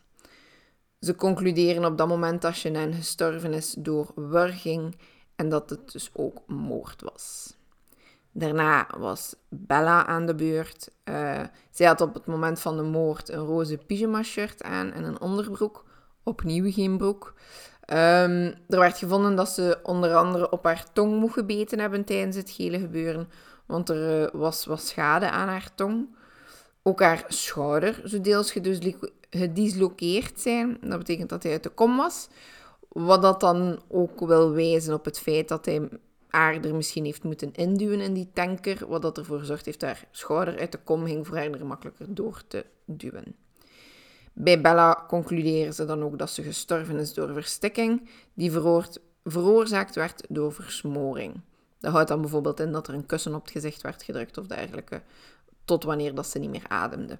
Ze concluderen op dat moment dat Shanann gestorven is door wurging en dat het dus ook moord was. Daarna was Bella aan de beurt. Uh, zij had op het moment van de moord een roze pyjama-shirt aan en een onderbroek. Opnieuw geen broek. Um, er werd gevonden dat ze onder andere op haar tong moest gebeten hebben tijdens het hele gebeuren, want er uh, was wat schade aan haar tong. Ook haar schouder zou deels gedislokeerd zijn. Dat betekent dat hij uit de kom was. Wat dat dan ook wil wijzen op het feit dat hij haar er misschien heeft moeten induwen in die tanker, wat dat ervoor zorgt heeft dat haar schouder uit de kom ging voor haar er makkelijker door te duwen. Bij Bella concluderen ze dan ook dat ze gestorven is door verstikking, die veroord, veroorzaakt werd door versmoring. Dat houdt dan bijvoorbeeld in dat er een kussen op het gezicht werd gedrukt of dergelijke, tot wanneer dat ze niet meer ademde.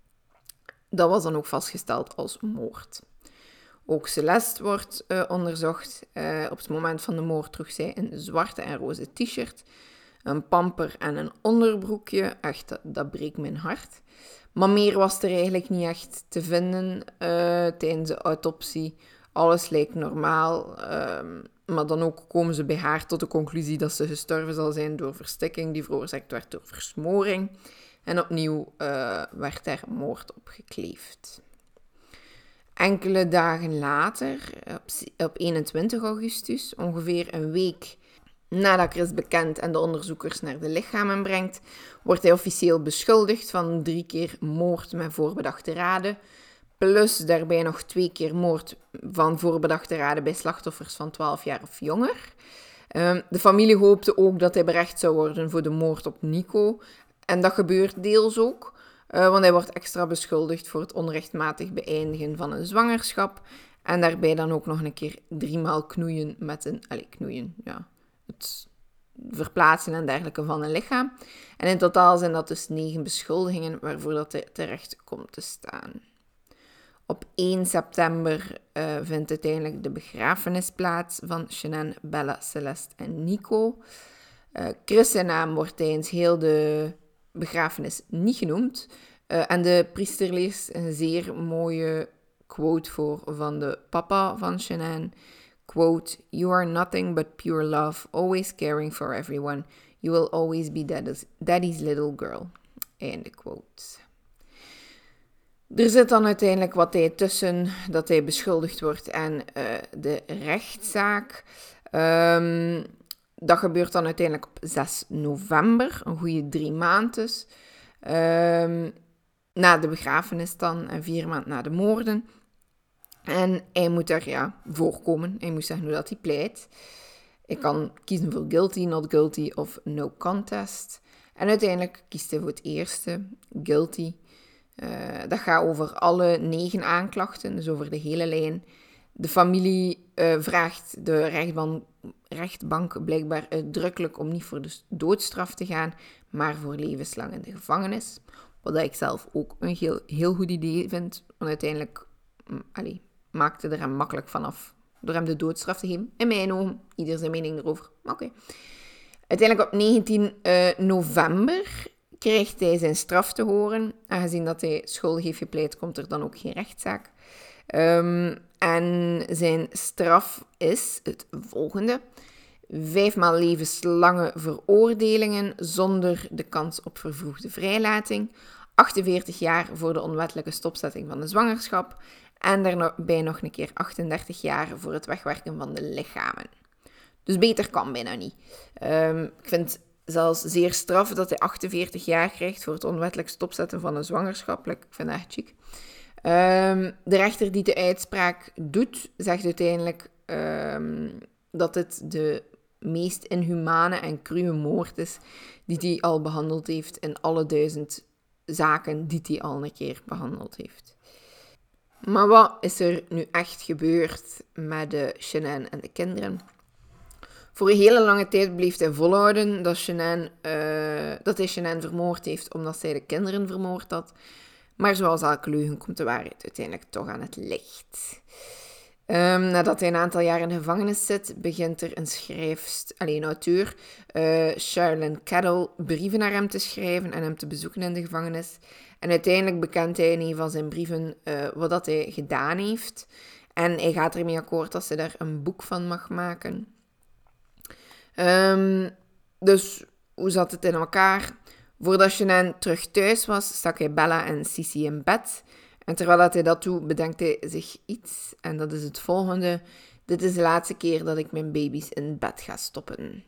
Dat was dan ook vastgesteld als moord. Ook Celeste wordt uh, onderzocht. Uh, op het moment van de moord droeg zij een zwarte en roze t-shirt, een pamper en een onderbroekje. Echt, dat, dat breekt mijn hart. Maar meer was er eigenlijk niet echt te vinden uh, tijdens de autopsie. Alles lijkt normaal, uh, maar dan ook komen ze bij haar tot de conclusie dat ze gestorven zal zijn door verstikking die veroorzaakt werd door versmoring. En opnieuw uh, werd er moord op gekleefd. Enkele dagen later, op, op eenentwintig augustus, ongeveer een week nadat Chris bekend en de onderzoekers naar de lichamen brengt, wordt hij officieel beschuldigd van drie keer moord met voorbedachte raden, plus daarbij nog twee keer moord van voorbedachte raden bij slachtoffers van twaalf jaar of jonger. Um, de familie hoopte ook dat hij berecht zou worden voor de moord op Nico. En dat gebeurt deels ook, uh, want hij wordt extra beschuldigd voor het onrechtmatig beëindigen van een zwangerschap. En daarbij dan ook nog een keer driemaal knoeien met een... Allee, knoeien, ja. Het verplaatsen en dergelijke van een lichaam. En in totaal zijn dat dus negen beschuldigingen waarvoor dat hij terecht komt te staan. Op één september uh, vindt uiteindelijk de begrafenis plaats van Shanann, Bella, Celeste en Nico. Uh, Chris' zijn naam wordt tijdens heel de begrafenis niet genoemd. Uh, en de priester leest een zeer mooie quote voor van de papa van Shanann. Quote, "You are nothing but pure love, always caring for everyone. You will always be daddy's, daddy's little girl." Einde quote. Er zit dan uiteindelijk wat tijd tussen dat hij beschuldigd wordt en uh, de rechtszaak. Um, dat gebeurt dan uiteindelijk op zes november, een goede drie maanden. Um, na de begrafenis dan en vier maanden na de moorden. En hij moet er ja, voorkomen. Hij moet zeggen hoe dat hij pleit. Hij kan kiezen voor guilty, not guilty of no contest. En uiteindelijk kiest hij voor het eerste, guilty. Uh, dat gaat over alle negen aanklachten, dus over de hele lijn. De familie uh, vraagt de rechtbank, rechtbank blijkbaar uitdrukkelijk om niet voor de doodstraf te gaan, maar voor levenslang in de gevangenis. Wat ik zelf ook een heel, heel goed idee vind, want uiteindelijk mm, allee, maakte er hem makkelijk vanaf door hem de doodstraf te geven. In mijn ogen, ieder zijn mening erover. Oké. Okay. Uiteindelijk op negentien november krijgt hij zijn straf te horen. Aangezien dat hij schuldig heeft gepleit, komt er dan ook geen rechtszaak. Um, en zijn straf is het volgende. Vijfmaal levenslange veroordelingen zonder de kans op vervroegde vrijlating. achtenveertig jaar voor de onwettelijke stopzetting van de zwangerschap. En daarbij nog een keer achtendertig jaar voor het wegwerken van de lichamen. Dus beter kan bijna niet. Um, ik vind zelfs zeer straf dat hij achtenveertig jaar krijgt voor het onwettelijk stopzetten van een zwangerschap. Ik vind dat echt chic. Um, de rechter die de uitspraak doet, zegt uiteindelijk um, dat het de meest inhumane en cruwe moord is die hij al behandeld heeft in alle duizend zaken die hij al een keer behandeld heeft. Maar wat is er nu echt gebeurd met de Shanann en de kinderen? Voor een hele lange tijd bleef hij volhouden dat, Shanann, uh, dat hij Shanann vermoord heeft omdat zij de kinderen vermoord had. Maar zoals elke leugen komt de waarheid uiteindelijk toch aan het licht. Um, nadat hij een aantal jaar in de gevangenis zit, begint er een schrijfst, allez, een auteur, uh, Charlene Kettle, brieven naar hem te schrijven en hem te bezoeken in de gevangenis. En uiteindelijk bekent hij in een van zijn brieven uh, wat dat hij gedaan heeft. En hij gaat ermee akkoord dat ze daar een boek van mag maken. Um, dus hoe zat het in elkaar? Voordat Shanann terug thuis was, stak hij Bella en Sissy in bed. En terwijl hij dat doet, bedenkt hij zich iets. En dat is het volgende. Dit is de laatste keer dat ik mijn baby's in bed ga stoppen.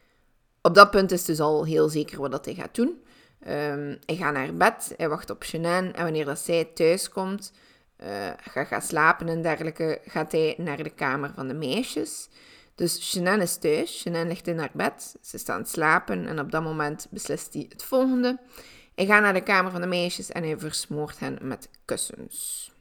Op dat punt is dus al heel zeker wat hij gaat doen. Um, hij gaat naar bed, hij wacht op Shanann. En wanneer dat zij thuis komt, uh, gaat gaan slapen en dergelijke, gaat hij naar de kamer van de meisjes. Dus Shanann is thuis, Shanann ligt in haar bed, ze staan slapen en op dat moment beslist hij het volgende. Hij gaat naar de kamer van de meisjes en hij versmoort hen met kussens.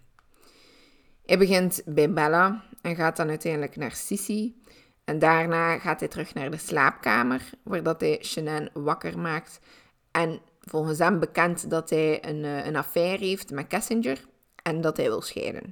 Hij begint bij Bella en gaat dan uiteindelijk naar Sissy. En daarna gaat hij terug naar de slaapkamer, waar dat hij Shanann wakker maakt. En volgens hem bekend dat hij een, een affaire heeft met Kessinger en dat hij wil scheiden.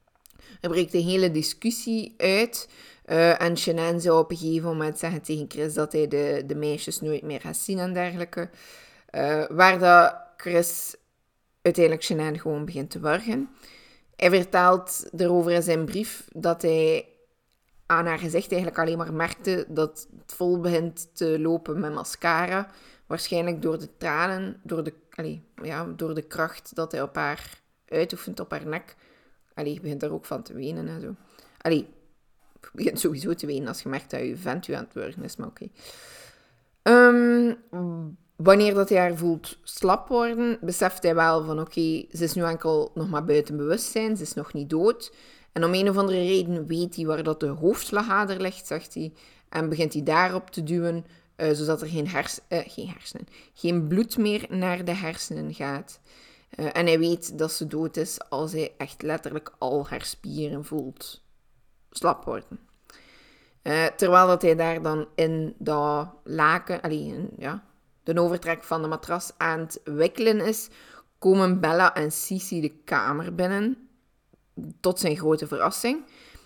Er breekt een hele discussie uit. Uh, en Shanann zou op een gegeven moment zeggen tegen Chris dat hij de, de meisjes nooit meer gaat zien en dergelijke. Uh, waar dat Chris uiteindelijk Shanann gewoon begint te wurgen. Hij vertelt erover in zijn brief dat hij aan haar gezicht eigenlijk alleen maar merkte dat het vol begint te lopen met mascara. Waarschijnlijk door de tranen, door de, allee, ja, door de kracht dat hij op haar uitoefent, op haar nek. Allee, je begint er ook van te wenen en zo. Allee, je begint sowieso te wenen als je merkt dat je vent u aan het wurgen is, maar oké. Okay. Um, wanneer dat hij haar voelt slap worden, beseft hij wel van oké, okay, ze is nu enkel nog maar buiten bewustzijn, ze is nog niet dood. En om een of andere reden weet hij waar dat de hoofdslagader ligt, zegt hij. En begint hij daarop te duwen, uh, zodat er geen, hers- uh, geen hersenen, geen bloed meer naar de hersenen gaat. Uh, en hij weet dat ze dood is als hij echt letterlijk al haar spieren voelt slap worden. Uh, terwijl dat hij daar dan in dat laken, allee, in, ja, de overtrek van de matras aan het wikkelen is, komen Bella en Sissy de kamer binnen, tot zijn grote verrassing.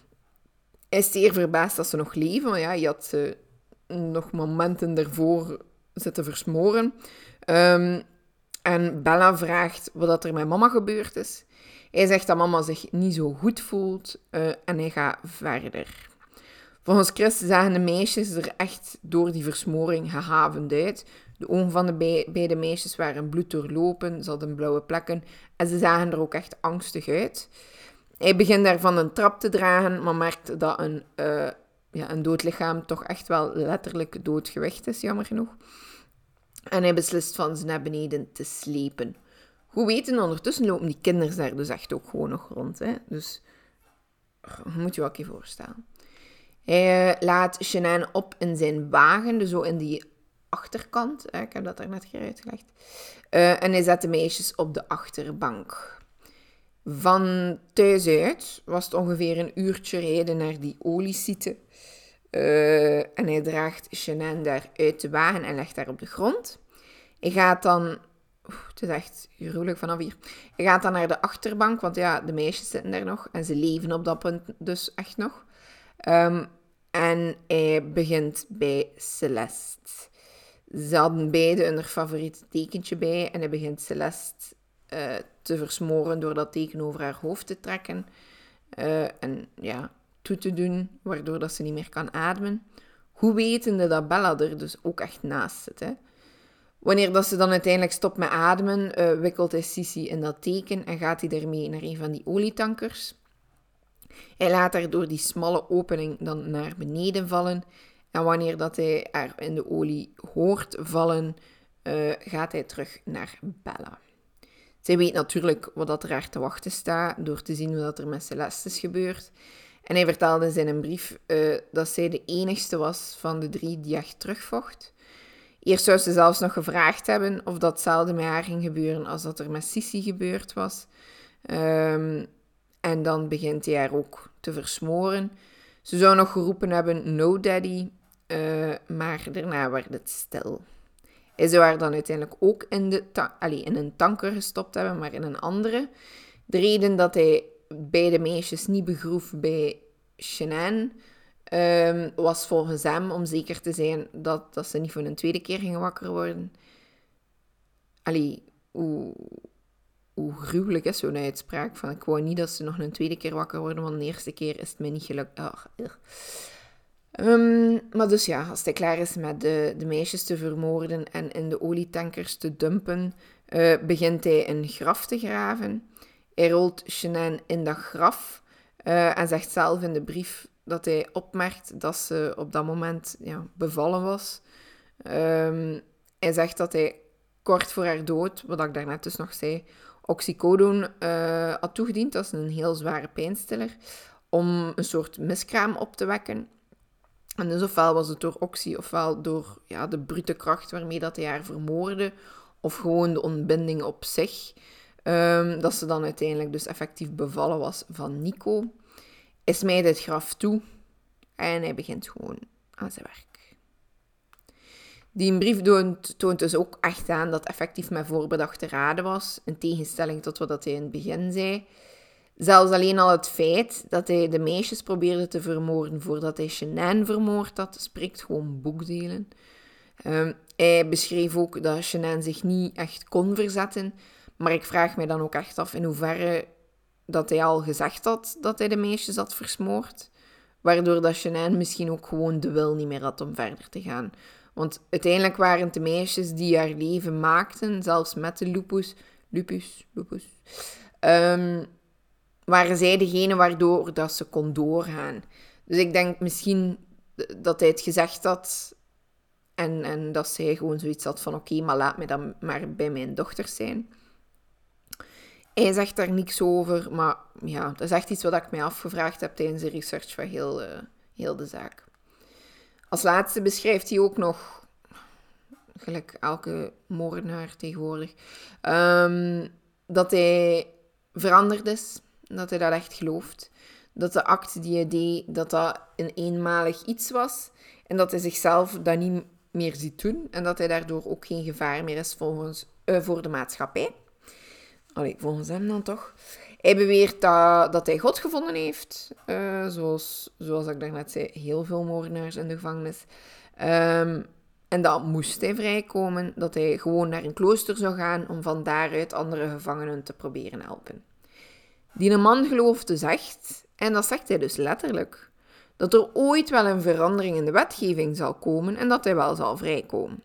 Hij is zeer verbaasd dat ze nog leven, want ja, hij had ze nog momenten daarvoor zitten versmoren. Um, en Bella vraagt wat er met mama gebeurd is. Hij zegt dat mama zich niet zo goed voelt uh, en hij gaat verder. Volgens Chris zagen de meisjes er echt door die versmoring gehavend uit. De ogen van de be- beide meisjes waren bloed doorlopen, ze hadden blauwe plekken en ze zagen er ook echt angstig uit. Hij begint daarvan een trap te dragen, maar merkt dat een, uh, ja, een dood lichaam toch echt wel letterlijk dood gewicht is, jammer genoeg. En hij beslist van ze naar beneden te slepen. Goed weten, ondertussen lopen die kinderen daar dus echt ook gewoon nog rond. Hè? Dus, moet je wel een keer voorstellen. Hij uh, laat Shanann op in zijn wagen, dus zo in die achterkant. Hè? Ik heb dat daar net keer uitgelegd. Uh, en hij zet de meisjes op de achterbank. Van thuis uit was het ongeveer een uurtje rijden naar die oliesite. Uh, en hij draagt Shanann daar uit de wagen en legt haar op de grond. Hij gaat dan... Oef, het is echt gruwelijk vanaf hier. Hij gaat dan naar de achterbank, want ja, de meisjes zitten daar nog. En ze leven op dat punt dus echt nog. Um, en hij begint bij Celeste. Ze hadden beide hun favoriete tekentje bij. En hij begint Celeste uh, te versmoren door dat teken over haar hoofd te trekken. Uh, en ja, toe te doen, waardoor dat ze niet meer kan ademen. Hoe wetende dat Bella er dus ook echt naast zit, hè? Wanneer dat ze dan uiteindelijk stopt met ademen, uh, wikkelt hij Sissy in dat teken en gaat hij ermee naar een van die olietankers. Hij laat haar door die smalle opening dan naar beneden vallen En wanneer dat hij haar in de olie hoort vallen, uh, gaat hij terug naar Bella. Zij weet natuurlijk wat dat er haar te wachten staat, door te zien wat er met Celeste is gebeurd. En hij vertelde in zijn brief uh, dat zij de enigste was van de drie die echt terugvocht. Eerst zou ze zelfs nog gevraagd hebben of dat hetzelfde met haar ging gebeuren als dat er met Sissy gebeurd was. Um, en dan begint hij haar ook te versmoren. Ze zou nog geroepen hebben, no daddy, uh, maar daarna werd het stil. Hij zou haar dan uiteindelijk ook in, de ta- allee, in een tanker gestopt hebben, maar in een andere. De reden dat hij beide meisjes niet begroef bij Shanann um, was volgens hem om zeker te zijn dat, dat ze niet voor een tweede keer gingen wakker worden. Allee, hoe, hoe gruwelijk is zo'n uitspraak van ik wou niet dat ze nog een tweede keer wakker worden, want de eerste keer is het mij niet gelukt. Oh, Um, maar dus ja, als hij klaar is met de, de meisjes te vermoorden en in de olietankers te dumpen, uh, begint hij een graf te graven. Hij rolt Shanann in dat graf uh, en zegt zelf in de brief dat hij opmerkt dat ze op dat moment ja, bevallen was. Um, hij zegt dat hij kort voor haar dood, wat ik daarnet dus nog zei, oxycodone uh, had toegediend. Dat is een heel zware pijnstiller, om een soort miskraam op te wekken. En dus ofwel was het door oxy, ofwel door ja, de brute kracht waarmee dat hij haar vermoordde, of gewoon de ontbinding op zich, um, dat ze dan uiteindelijk dus effectief bevallen was van Nico. Hij smijt het graf toe en hij begint gewoon aan zijn werk. Die brief toont, toont dus ook echt aan dat effectief met voorbedachte raden was, in tegenstelling tot wat hij in het begin zei. Zelfs alleen al het feit dat hij de meisjes probeerde te vermoorden voordat hij Shanann vermoord had, spreekt gewoon boekdelen. Um, hij beschreef ook dat Shanann zich niet echt kon verzetten, maar ik vraag mij dan ook echt af in hoeverre dat hij al gezegd had dat hij de meisjes had versmoord, waardoor dat Shanann misschien ook gewoon de wil niet meer had om verder te gaan. Want uiteindelijk waren het de meisjes die haar leven maakten, zelfs met de lupus, lupus, lupus, um, waren zij degene waardoor dat ze kon doorgaan. Dus ik denk misschien dat hij het gezegd had en, en dat zij gewoon zoiets had van oké, okay, maar laat mij dan maar bij mijn dochters zijn. Hij zegt daar niks over, maar ja, dat is echt iets wat ik mij afgevraagd heb tijdens de research van heel, uh, heel de zaak. Als laatste beschrijft hij ook nog, gelijk elke moordenaar tegenwoordig, um, dat hij veranderd is. Dat hij dat echt gelooft. Dat de act die hij deed, dat dat een eenmalig iets was. En dat hij zichzelf dat niet meer ziet doen. En dat hij daardoor ook geen gevaar meer is volgens, uh, voor de maatschappij. Allee, volgens hem dan toch. Hij beweert dat, dat hij God gevonden heeft. Uh, zoals, zoals ik daarnet zei, heel veel moordenaars in de gevangenis. Um, en dat moest hij vrijkomen. Dat hij gewoon naar een klooster zou gaan om van daaruit andere gevangenen te proberen helpen. Die man gelooft dus echt, en dat zegt hij dus letterlijk, dat er ooit wel een verandering in de wetgeving zal komen en dat hij wel zal vrijkomen.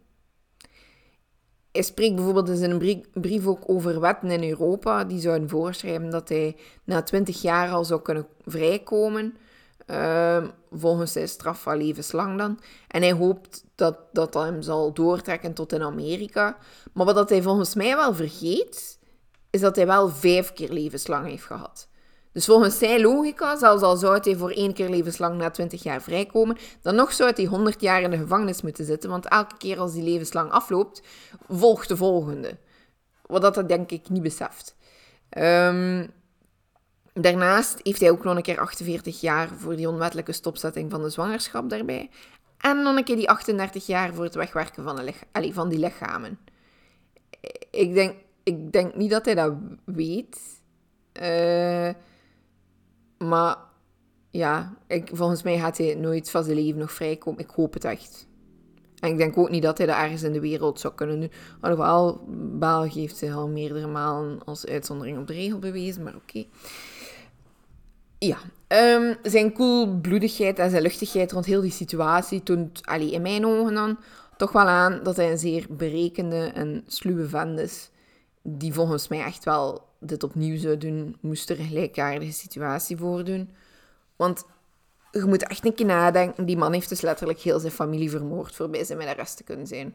Hij spreekt bijvoorbeeld in zijn brief ook over wetten in Europa die zouden voorschrijven dat hij na twintig jaar al zou kunnen vrijkomen, uh, volgens zijn straf van levenslang dan. En hij hoopt dat, dat dat hem zal doortrekken tot in Amerika. Maar wat hij volgens mij wel vergeet, is dat hij wel vijf keer levenslang heeft gehad. Dus volgens zijn logica, zelfs al zou hij voor één keer levenslang na twintig jaar vrijkomen, dan nog zou hij honderd jaar in de gevangenis moeten zitten, want elke keer als die levenslang afloopt, volgt de volgende. Wat dat, dat denk ik niet beseft. Um, daarnaast heeft hij ook nog een keer achtenveertig jaar voor die onwettelijke stopzetting van de zwangerschap daarbij. En nog een keer die achtendertig jaar voor het wegwerken van, de lich- Allee, van die lichamen. Ik denk... Ik denk niet dat hij dat weet. Uh, maar ja, ik, volgens mij gaat hij nooit van zijn leven nog vrijkomen. Ik hoop het echt. En ik denk ook niet dat hij dat ergens in de wereld zou kunnen doen. Alhoewel, België heeft zich al meerdere malen als uitzondering op de regel bewezen, maar oké. Okay. Ja, um, zijn koelbloedigheid en zijn luchtigheid rond heel die situatie toont, allee, in mijn ogen dan, toch wel aan dat hij een zeer berekende en sluwe vent is. Die volgens mij echt wel dit opnieuw zou doen, moest er een gelijkaardige situatie voordoen. Want je moet echt een keer nadenken. Die man heeft dus letterlijk heel zijn familie vermoord voor bij zijn minnares te kunnen zijn.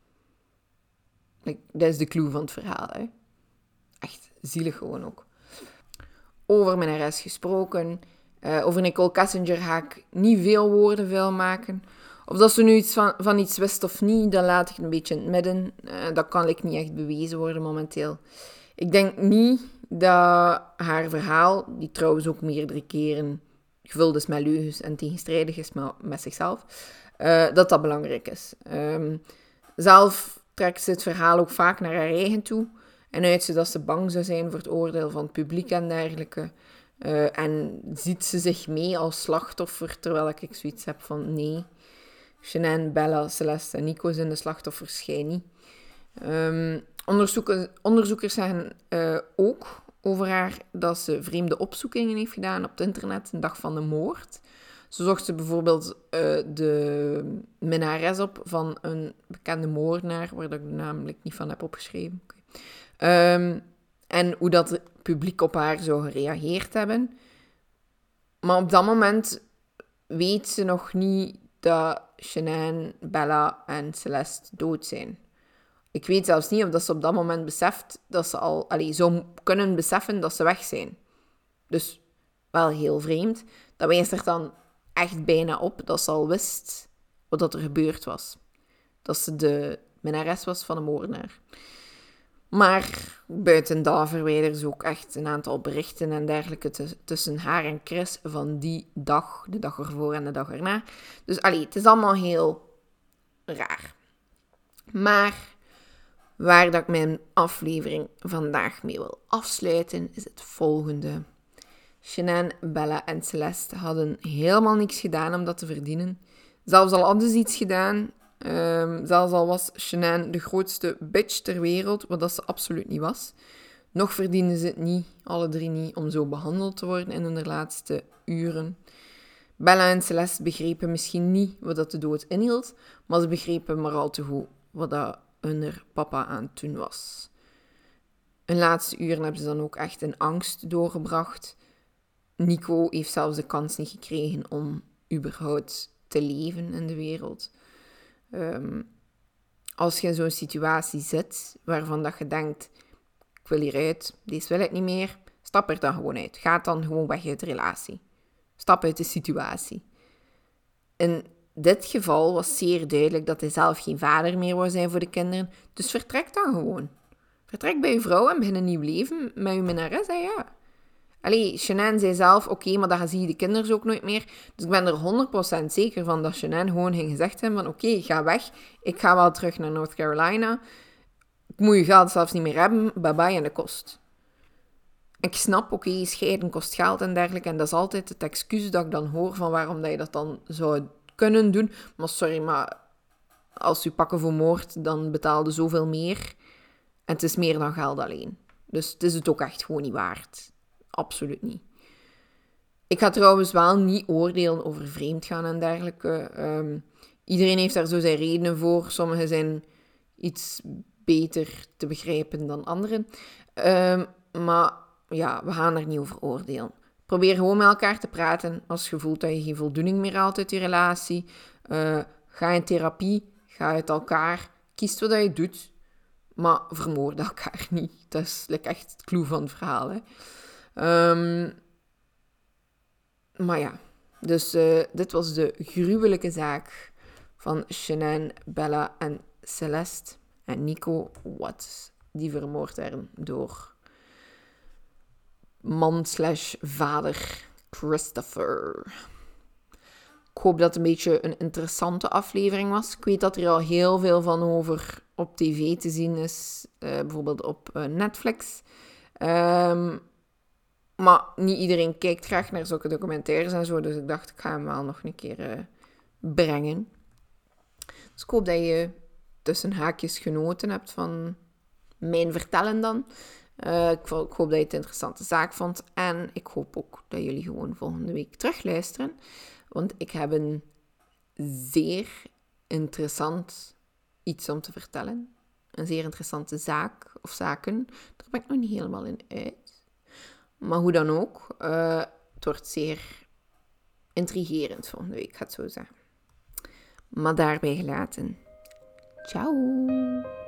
Like, dat is de clue van het verhaal. Hè. Echt zielig gewoon ook. Over minnares gesproken. Uh, over Nicole Kessinger ga ik niet veel woorden vuil maken. Of dat ze nu iets van, van iets wist of niet, dat laat ik een beetje in het midden. Uh, dat kan ik niet echt bewezen worden momenteel. Ik denk niet dat haar verhaal, die trouwens ook meerdere keren gevuld is met leugens en tegenstrijdig is met zichzelf, uh, dat dat belangrijk is. Um, zelf trekt ze het verhaal ook vaak naar haar eigen toe. En uit ze dat ze bang zou zijn voor het oordeel van het publiek en dergelijke. Uh, en ziet ze zich mee als slachtoffer, terwijl ik zoiets heb van nee. Shanann, Bella, Celeste en Nico zijn de slachtoffers, jij niet. Um, onderzoekers, onderzoekers zeggen uh, ook over haar dat ze vreemde opzoekingen heeft gedaan op het internet een dag van de moord. Zo zocht ze bijvoorbeeld uh, de minnares op van een bekende moordenaar, waar ik de namelijk niet van heb opgeschreven. Okay. Um, en hoe dat het publiek op haar zou gereageerd hebben. Maar op dat moment weet ze nog niet dat Shanann, Bella en Celeste dood zijn. Ik weet zelfs niet of dat ze op dat moment beseft dat ze al... Allee, zou kunnen beseffen dat ze weg zijn. Dus wel heel vreemd. Dat wijst er dan echt bijna op dat ze al wist wat dat er gebeurd was. Dat ze de minnares was van een moordenaar. Maar buiten dat verwijderen ze ook echt een aantal berichten en dergelijke t- tussen haar en Chris van die dag, de dag ervoor en de dag erna. Dus allee, het is allemaal heel raar. Maar waar dat ik mijn aflevering vandaag mee wil afsluiten, is het volgende. Shanann, Bella en Celeste hadden helemaal niks gedaan om dat te verdienen. Zelfs al hadden ze iets gedaan... Um, zelfs al was Shanann de grootste bitch ter wereld, wat dat ze absoluut niet was. Nog verdienden ze het niet, alle drie niet, om zo behandeld te worden in hun laatste uren. Bella en Celeste begrepen misschien niet wat dat de dood inhield, maar ze begrepen maar al te goed wat dat hun papa aan het doen was. Hun laatste uren hebben ze dan ook echt in angst doorgebracht. Nico heeft zelfs de kans niet gekregen om überhaupt te leven in de wereld. Um, als je in zo'n situatie zit, waarvan dat je denkt, ik wil hieruit, deze wil ik niet meer, stap er dan gewoon uit. Ga dan gewoon weg uit de relatie. Stap uit de situatie. In dit geval was zeer duidelijk dat hij zelf geen vader meer wou zijn voor de kinderen, dus vertrek dan gewoon. Vertrek bij je vrouw en begin een nieuw leven met je minnares, en ja. Allee, Shanann zei zelf, oké, okay, maar dan zie je de kinderen ook nooit meer. Dus ik ben er honderd procent zeker van dat Shanann gewoon ging gezegd hebben van, oké, okay, ga weg. Ik ga wel terug naar North Carolina. Ik moet je geld zelfs niet meer hebben. Bye bye en de kost. Ik snap, oké, okay, scheiden kost geld en dergelijke. En dat is altijd het excuus dat ik dan hoor van waarom dat je dat dan zou kunnen doen. Maar sorry, maar als je pakken voor moord, dan betaalde zoveel meer. En het is meer dan geld alleen. Dus het is het ook echt gewoon niet waard. Absoluut niet. Ik ga trouwens wel niet oordelen over vreemdgaan en dergelijke. Um, iedereen heeft daar zo zijn redenen voor. Sommigen zijn iets beter te begrijpen dan anderen. Um, maar ja, we gaan er niet over oordelen. Probeer gewoon met elkaar te praten als je voelt dat je geen voldoening meer haalt uit je relatie. Uh, ga in therapie, ga uit elkaar. Kies wat je doet, maar vermoord elkaar niet. Dat is like, echt het clue van het verhaal, hè. Um, maar ja, dus uh, dit was de gruwelijke zaak van Shanann, Bella en Celeste en Nico Watts, die vermoord werden door man slash vader Christopher. Ik hoop dat het een beetje een interessante aflevering was. Ik weet dat er al heel veel van over op tv te zien is, uh, bijvoorbeeld op uh, Netflix. Um, Maar niet iedereen kijkt graag naar zulke documentaires en zo. Dus ik dacht, ik ga hem wel nog een keer uh, brengen. Dus ik hoop dat je tussen haakjes genoten hebt van mijn vertellen dan. Uh, ik, ik hoop dat je het een interessante zaak vond. En ik hoop ook dat jullie gewoon volgende week terugluisteren. Want ik heb een zeer interessant iets om te vertellen. Een zeer interessante zaak of zaken. Daar ben ik nog niet helemaal in uit. Maar hoe dan ook, uh, het wordt zeer intrigerend volgende week, ik ga het zo zeggen. Maar daarbij gelaten. Ciao!